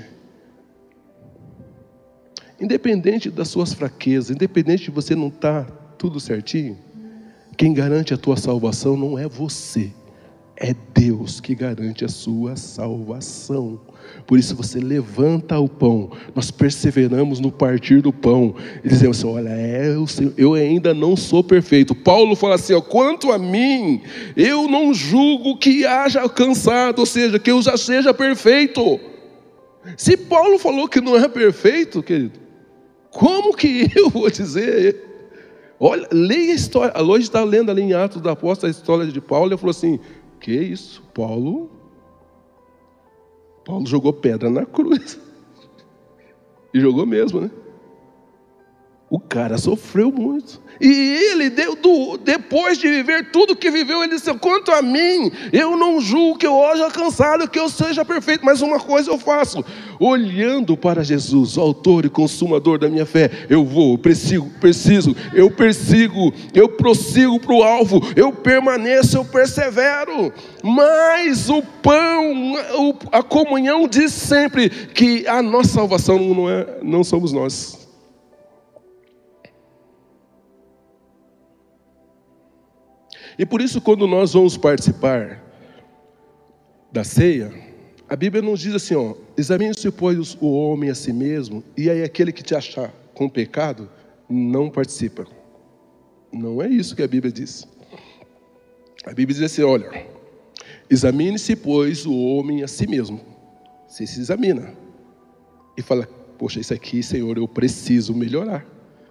Speaker 1: independente das suas fraquezas, independente de você não estar tudo certinho, quem garante a tua salvação não é você. É Deus que garante a sua salvação. Por isso você levanta o pão. Nós perseveramos no partir do pão. E dizemos assim, olha, é, eu, eu ainda não sou perfeito. Paulo fala assim, ó, quanto a mim, eu não julgo que haja alcançado, ou seja, que eu já seja perfeito. Se Paulo falou que não é perfeito, querido, como que eu vou dizer? Olha, leia a história. A Loide está lendo ali em Atos da Apóstola a história de Paulo e falou assim, que isso, Paulo, Paulo jogou pedra na cruz. E jogou mesmo, né? O cara sofreu muito. E ele, deu do, depois de viver tudo que viveu, ele disse, quanto a mim, eu não julgo que eu hoje alcançado, que eu seja perfeito, mas uma coisa eu faço, olhando para Jesus, o autor e consumador da minha fé, eu vou, eu preciso, preciso, eu persigo, eu prossigo para o alvo, eu permaneço, eu persevero. Mas o pão, a comunhão diz sempre que a nossa salvação não, é, não somos nós. E por isso, quando nós vamos participar da ceia, a Bíblia nos diz assim, ó, examine-se, pois, o homem a si mesmo, e aí aquele que te achar com pecado, não participa. Não é isso que a Bíblia diz. A Bíblia diz assim, olha, examine-se, pois, o homem a si mesmo. Você se examina. E fala, poxa, isso aqui, Senhor, eu preciso melhorar.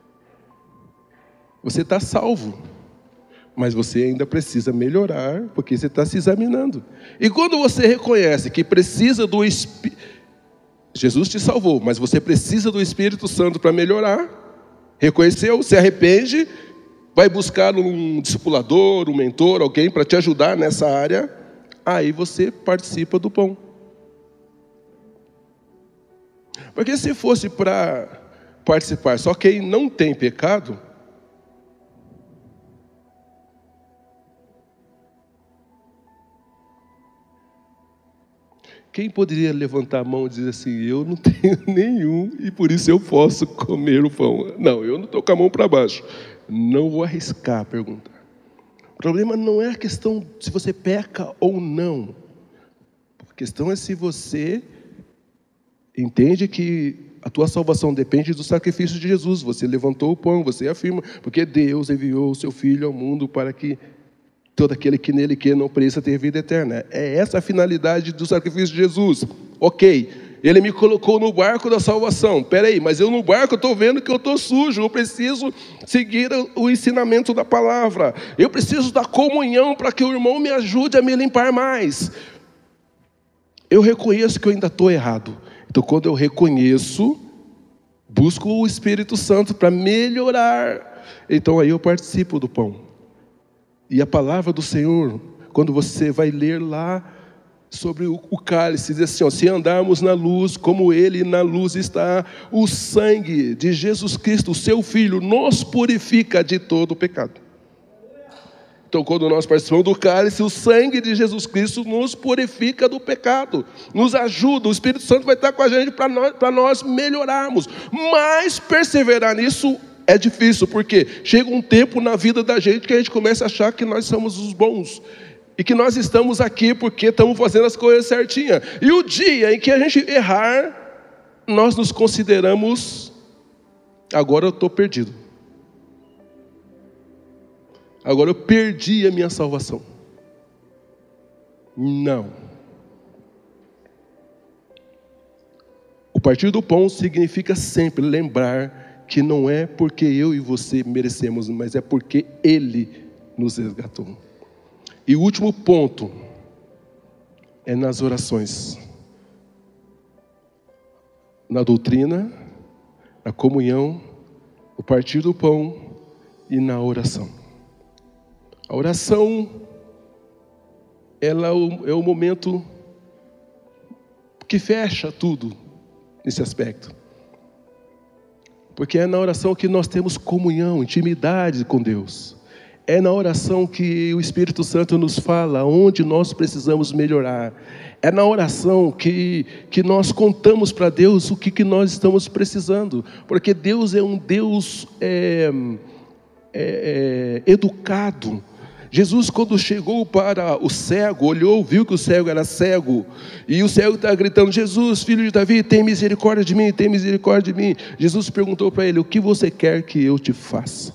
Speaker 1: Você está salvo. Mas você ainda precisa melhorar, porque você está se examinando. E quando você reconhece que precisa do Espírito, Jesus te salvou, mas você precisa do Espírito Santo para melhorar, reconheceu, se arrepende, vai buscar um discipulador, um mentor, alguém para te ajudar nessa área, aí você participa do pão. Porque se fosse para participar só quem não tem pecado, quem poderia levantar a mão e dizer assim, eu não tenho nenhum e por isso eu posso comer o pão? Não, eu não estou com a mão para baixo. Não vou arriscar perguntar. O problema não é a questão se você peca ou não. A questão é se você entende que a tua salvação depende do sacrifício de Jesus. Você levantou o pão, você afirma, porque Deus enviou o seu Filho ao mundo para que todo aquele que nele quer não precisa ter vida eterna. É essa a finalidade do sacrifício de Jesus. Ok, ele me colocou no barco da salvação. Espera aí, mas eu no barco estou vendo que eu estou sujo. Eu preciso seguir o ensinamento da palavra. Eu preciso da comunhão para que o irmão me ajude a me limpar mais. Eu reconheço que eu ainda estou errado. Então, quando eu reconheço, busco o Espírito Santo para melhorar, então aí eu participo do pão. E a palavra do Senhor, quando você vai ler lá sobre o, o cálice, diz assim, ó, se andarmos na luz, como Ele na luz está, o sangue de Jesus Cristo, o seu Filho, nos purifica de todo o pecado. Então, quando nós participamos do cálice, o sangue de Jesus Cristo nos purifica do pecado, nos ajuda, o Espírito Santo vai estar com a gente para nós, para nós melhorarmos. Mas perseverar nisso é difícil, porque chega um tempo na vida da gente que a gente começa a achar que nós somos os bons, e que nós estamos aqui porque estamos fazendo as coisas certinhas. E o dia em que a gente errar, nós nos consideramos, agora eu estou perdido. Agora eu perdi a minha salvação. Não. O partir do pão significa sempre lembrar que não é porque eu e você merecemos, mas é porque Ele nos resgatou. E o último ponto é nas orações. Na doutrina, na comunhão, o partir do pão e na oração. A oração, ela é o momento que fecha tudo nesse aspecto. Porque é na oração que nós temos comunhão, intimidade com Deus. É na oração que o Espírito Santo nos fala onde nós precisamos melhorar. É na oração que, que nós contamos para Deus o que, que nós estamos precisando. Porque Deus é um Deus é, é, é, educado. Jesus, quando chegou para o cego, olhou, viu que o cego era cego, e o cego está gritando, Jesus, filho de Davi, tem misericórdia de mim, tem misericórdia de mim. Jesus perguntou para ele, o que você quer que eu te faça?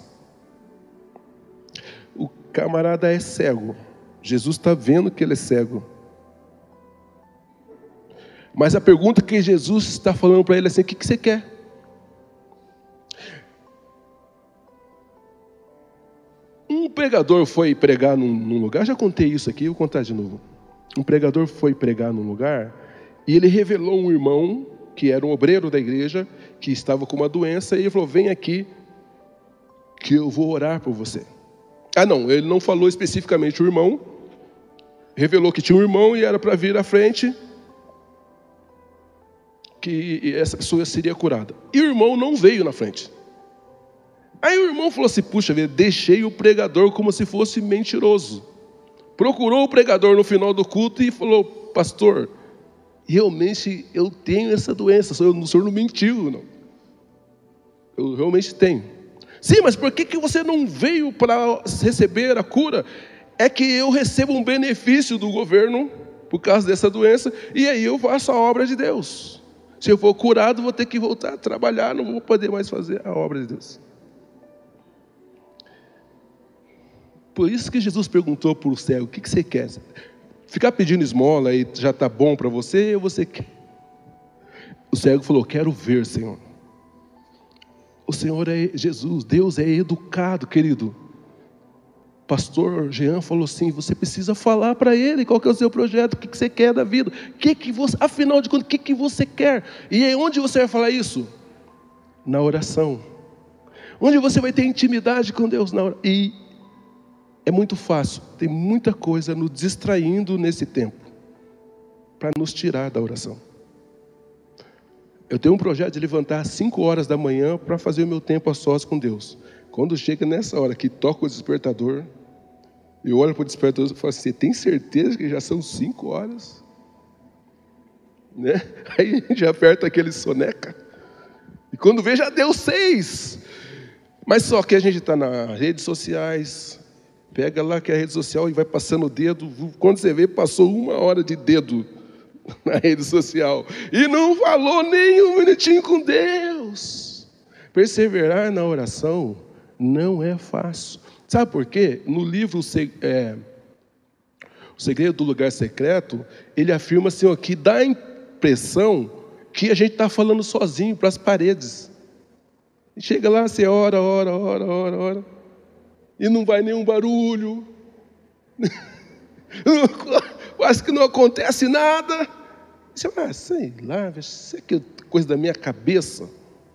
Speaker 1: O camarada é cego, Jesus está vendo que ele é cego. Mas a pergunta que Jesus está falando para ele é assim, o que, que você quer? Um pregador foi pregar num, num lugar, já contei isso aqui, vou contar de novo. Um pregador foi pregar num lugar e ele revelou um irmão que era um obreiro da igreja, que estava com uma doença, e ele falou, vem aqui que eu vou orar por você. Ah não, ele não falou especificamente o irmão, revelou que tinha um irmão e era para vir à frente, que essa pessoa seria curada. E o irmão não veio na frente. Aí o irmão falou assim, puxa vida, deixei o pregador como se fosse mentiroso. Procurou o pregador no final do culto e falou, pastor, realmente eu tenho essa doença, o senhor não mentiu, não. Eu realmente tenho. Sim, mas por que, que você não veio para receber a cura? É que eu recebo um benefício do governo por causa dessa doença, e aí eu faço a obra de Deus. Se eu for curado, vou ter que voltar a trabalhar, não vou poder mais fazer a obra de Deus. Por isso que Jesus perguntou para o cego, o que, que você quer? Ficar pedindo esmola e já está bom para você, ou você quer? O cego falou, quero ver, Senhor. O Senhor é Jesus, Deus é educado, querido. Pastor Jean falou assim, você precisa falar para ele qual que é o seu projeto, o que, que você quer da vida, que que você, afinal de contas, o que, que você quer? E aí, onde você vai falar isso? Na oração. Onde você vai ter intimidade com Deus na oração. E é muito fácil, tem muita coisa nos distraindo nesse tempo, para nos tirar da oração. Eu tenho um projeto de levantar às cinco horas da manhã para fazer o meu tempo a sós com Deus. Quando chega nessa hora que toca o despertador, eu olho para o despertador e falo assim, você tem certeza que já são cinco horas? Né? Aí a gente aperta aquele soneca, e quando vê já deu seis. Mas só que a gente está nas redes sociais, pega lá que é a rede social e vai passando o dedo. Quando você vê, passou uma hora de dedo na rede social. E não falou nem um minutinho com Deus. Perseverar na oração não é fácil. Sabe por quê? No livro é, O Segredo do Lugar Secreto, ele afirma assim, ó, que dá a impressão que a gente está falando sozinho para as paredes. Chega lá, você ora, ora, ora, ora, ora. E não vai nenhum barulho, quase que não acontece nada. Você fala, ah, sei lá, isso é coisa da minha cabeça.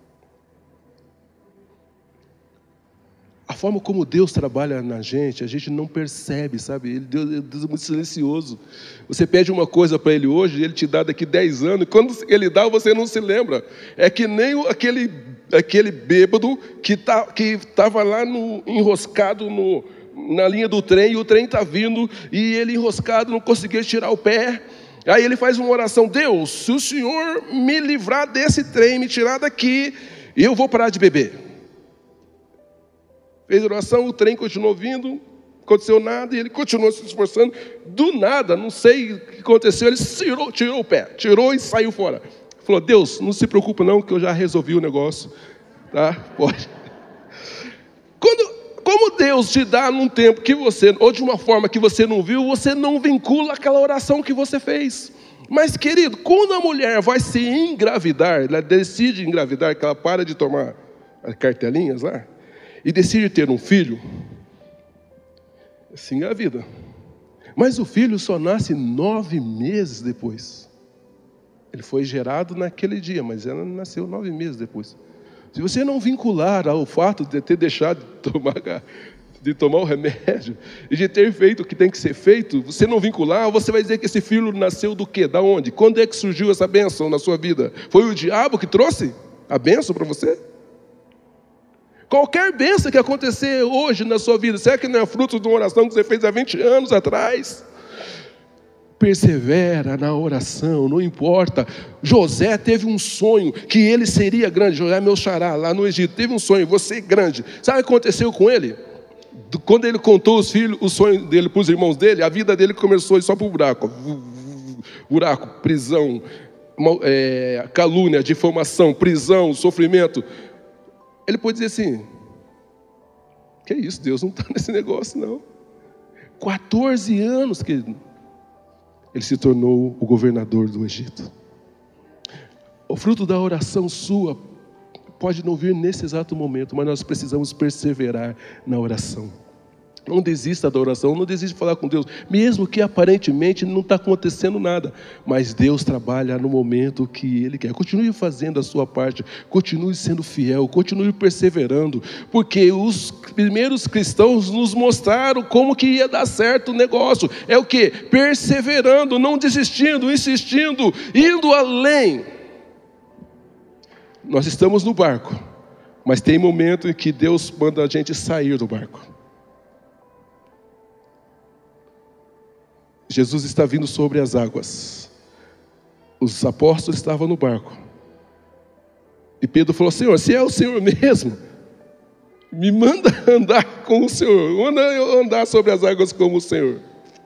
Speaker 1: A forma como Deus trabalha na gente, a gente não percebe, sabe? Ele, Deus, Deus é muito silencioso. Você pede uma coisa para Ele hoje, Ele te dá daqui dez anos, e quando Ele dá, você não se lembra. É que nem aquele, aquele bêbado que tá, que estava lá no, enroscado no, na linha do trem, e o trem está vindo, e ele enroscado, não conseguia tirar o pé. Aí ele faz uma oração: Deus, se o Senhor me livrar desse trem, me tirar daqui, eu vou parar de beber. Fez oração, o trem continuou vindo, não aconteceu nada, e ele continuou se esforçando. Do nada, não sei o que aconteceu, ele tirou, tirou o pé, tirou e saiu fora. Falou: Deus, não se preocupa não, que eu já resolvi o negócio. Tá? Pode. Quando, como Deus te dá num tempo que você, ou de uma forma que você não viu, você não vincula aquela oração que você fez. Mas, querido, quando a mulher vai se engravidar, ela decide engravidar, que ela para de tomar as cartelinhas lá, e decide ter um filho, se engravida. Mas o filho só nasce nove meses depois. Ele foi gerado naquele dia, mas ela nasceu nove meses depois. Se você não vincular ao fato de ter deixado de tomar, de tomar o remédio e de ter feito o que tem que ser feito, você não vincular, você vai dizer que esse filho nasceu do quê? Da onde? Quando é que surgiu essa bênção na sua vida? Foi o diabo que trouxe a bênção para você? Qualquer bênção que acontecer hoje na sua vida, será que não é fruto de uma oração que você fez há vinte anos atrás? Persevera na oração, não importa. José teve um sonho que ele seria grande. José, meu xará, lá no Egito, teve um sonho, você grande. Sabe o que aconteceu com ele? Quando ele contou os filhos, o sonho dele para os irmãos dele, a vida dele começou só para o buraco. Buraco, prisão, é, calúnia, difamação, prisão, sofrimento. Ele pode dizer assim: que isso, Deus não está nesse negócio não. quatorze anos, querido, ele se tornou o governador do Egito. O fruto da oração sua pode não vir nesse exato momento, mas nós precisamos perseverar na oração. Não desista da oração, não desista de falar com Deus, mesmo que aparentemente não está acontecendo nada, mas Deus trabalha no momento que Ele quer. Continue fazendo a sua parte, continue sendo fiel, continue perseverando, porque os primeiros cristãos nos mostraram como que ia dar certo o negócio. É o quê? Perseverando, não desistindo, insistindo, indo além. Nós estamos no barco, mas tem momento em que Deus manda a gente sair do barco. Jesus está vindo sobre as águas. Os apóstolos estavam no barco. E Pedro falou: Senhor, se é o Senhor mesmo, me manda andar com o Senhor. Manda eu andar sobre as águas como o Senhor.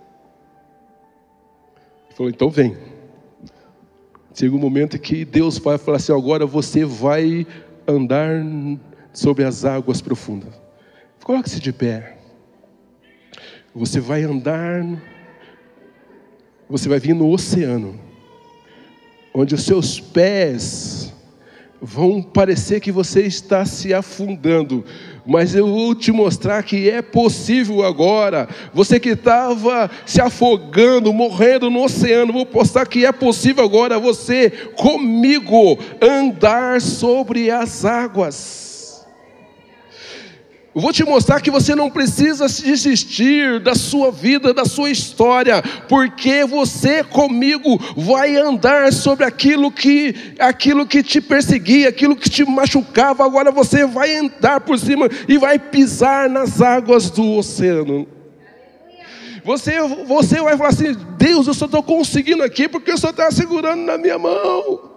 Speaker 1: Ele falou: então vem. Chega um momento que Deus vai falar assim: agora você vai andar sobre as águas profundas. Coloque-se de pé. Você vai andar... Você vai vir no oceano, onde os seus pés vão parecer que você está se afundando, mas eu vou te mostrar que é possível agora. Você que estava se afogando, morrendo no oceano, vou mostrar que é possível agora você, comigo, andar sobre as águas. Eu vou te mostrar que você não precisa desistir da sua vida, da sua história, porque você comigo vai andar sobre aquilo que, aquilo que te perseguia, aquilo que te machucava. Agora você vai andar por cima e vai pisar nas águas do oceano. Você, você vai falar assim: Deus, eu só estou conseguindo aqui porque o Senhor está segurando na minha mão.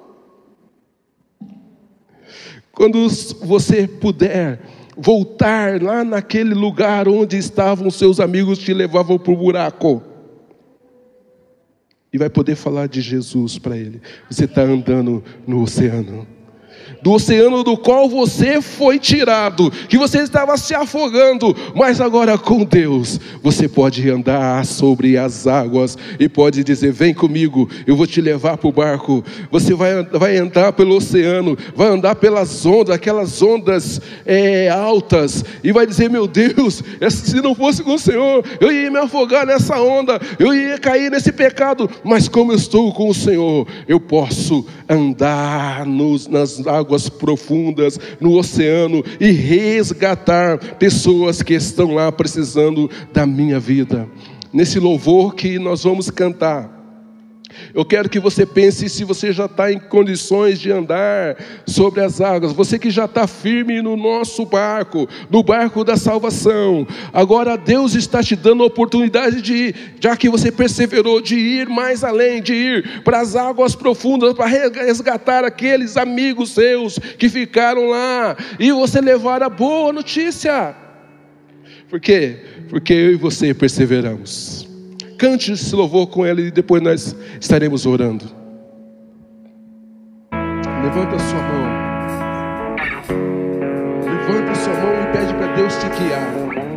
Speaker 1: Quando você puder voltar lá naquele lugar onde estavam seus amigos, te levavam para o buraco, e vai poder falar de Jesus para ele. Você está andando no oceano. do oceano do qual você foi tirado, que você estava se afogando, mas agora com Deus, você pode andar sobre as águas, e pode dizer: vem comigo, eu vou te levar para o barco. Você vai, vai andar pelo oceano, vai andar pelas ondas, aquelas ondas é, altas, e vai dizer: meu Deus, se não fosse com o Senhor, eu ia me afogar nessa onda, eu ia cair nesse pecado, mas como eu estou com o Senhor, eu posso andar nos, nas águas profundas, no oceano, e resgatar pessoas que estão lá precisando da minha vida. Nesse louvor que nós vamos cantar, eu quero que você pense se você já está em condições de andar sobre as águas. Você que já está firme no nosso barco, no barco da salvação. Agora Deus está te dando a oportunidade de ir, já que você perseverou, de ir mais além, de ir para as águas profundas, para resgatar aqueles amigos seus que ficaram lá, e você levar a boa notícia. Por quê? Porque eu e você perseveramos. Cante esse louvor com ela e depois nós estaremos orando. Levanta a sua mão. Levanta a sua mão e pede para Deus te guiar.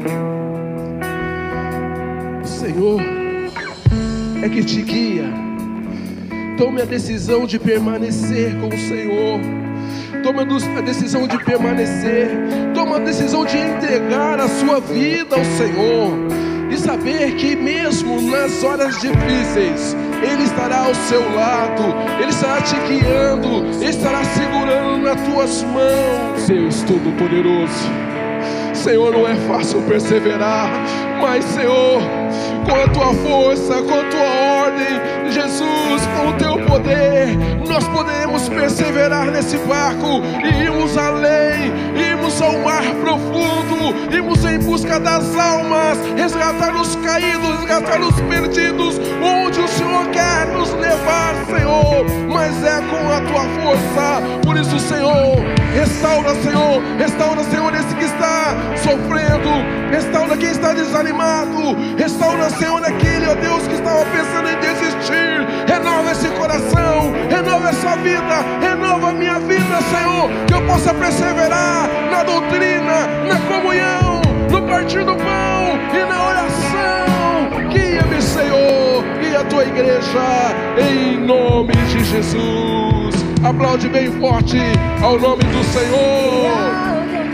Speaker 1: O Senhor é que te guia. Tome a decisão de permanecer com o Senhor. Toma a decisão de permanecer. Toma a decisão de entregar a sua vida ao Senhor. E saber que mesmo nas horas difíceis, Ele estará ao seu lado, Ele estará te guiando, Ele estará segurando nas tuas mãos. Deus Todo-Poderoso, Senhor, não é fácil perseverar, mas Senhor, com a tua força, com a tua ordem, Jesus, com o teu poder, nós podemos perseverar nesse barco e irmos além, irmos ao mar profundo, irmos em busca das almas, resgatar os caídos, resgatar os perdidos, onde o Senhor quer nos levar, Senhor, mas é com a tua força. Por isso, Senhor, restaura, Senhor, restaura, Senhor, esse que está sofrendo, restaura quem está desanimado, restaura, Senhor, aquele, ó Deus, que estava pensando em desistir. Renova esse coração, renova essa vida, renova a minha vida, Senhor, que eu possa perseverar na doutrina, na comunhão, no partir do pão e na oração. Guia-me, Senhor, guia a tua igreja, em nome de Jesus. Aplaude bem forte ao nome do Senhor.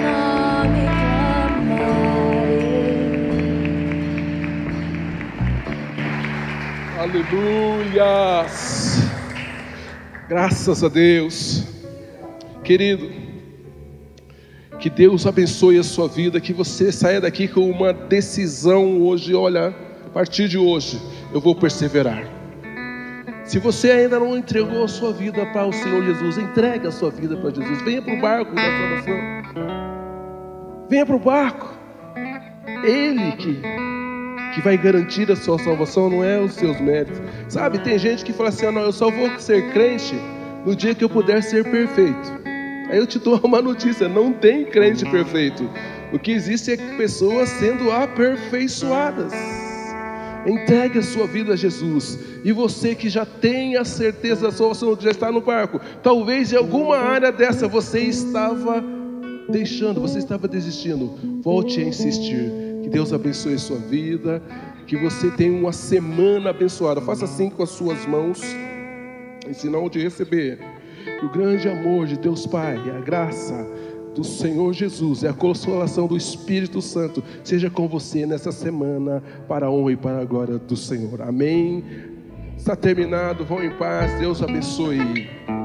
Speaker 1: Aleluia! Graças a Deus. Querido, que Deus abençoe a sua vida, que você saia daqui com uma decisão hoje. Olha, a partir de hoje eu vou perseverar. Se você ainda não entregou a sua vida para o Senhor Jesus, entregue a sua vida para Jesus. Venha para o barco da salvação. Venha para o barco. Ele que que vai garantir a sua salvação, não é os seus méritos. Sabe, tem gente que fala assim: ah, não, eu só vou ser crente no dia que eu puder ser perfeito. Aí eu te dou uma notícia: não tem crente perfeito. O que existe é pessoas sendo aperfeiçoadas. Entregue a sua vida a Jesus. E você que já tem a certeza da salvação, que já está no barco, talvez em alguma área dessa você estava deixando, você estava desistindo, volte a insistir. Que Deus abençoe a sua vida, que você tenha uma semana abençoada. Faça assim com as suas mãos, em sinal de receber. E o grande amor de Deus Pai, a graça do Senhor Jesus e a consolação do Espírito Santo seja com você nessa semana, para a honra e para a glória do Senhor. Amém. Está terminado, vão em paz, Deus abençoe.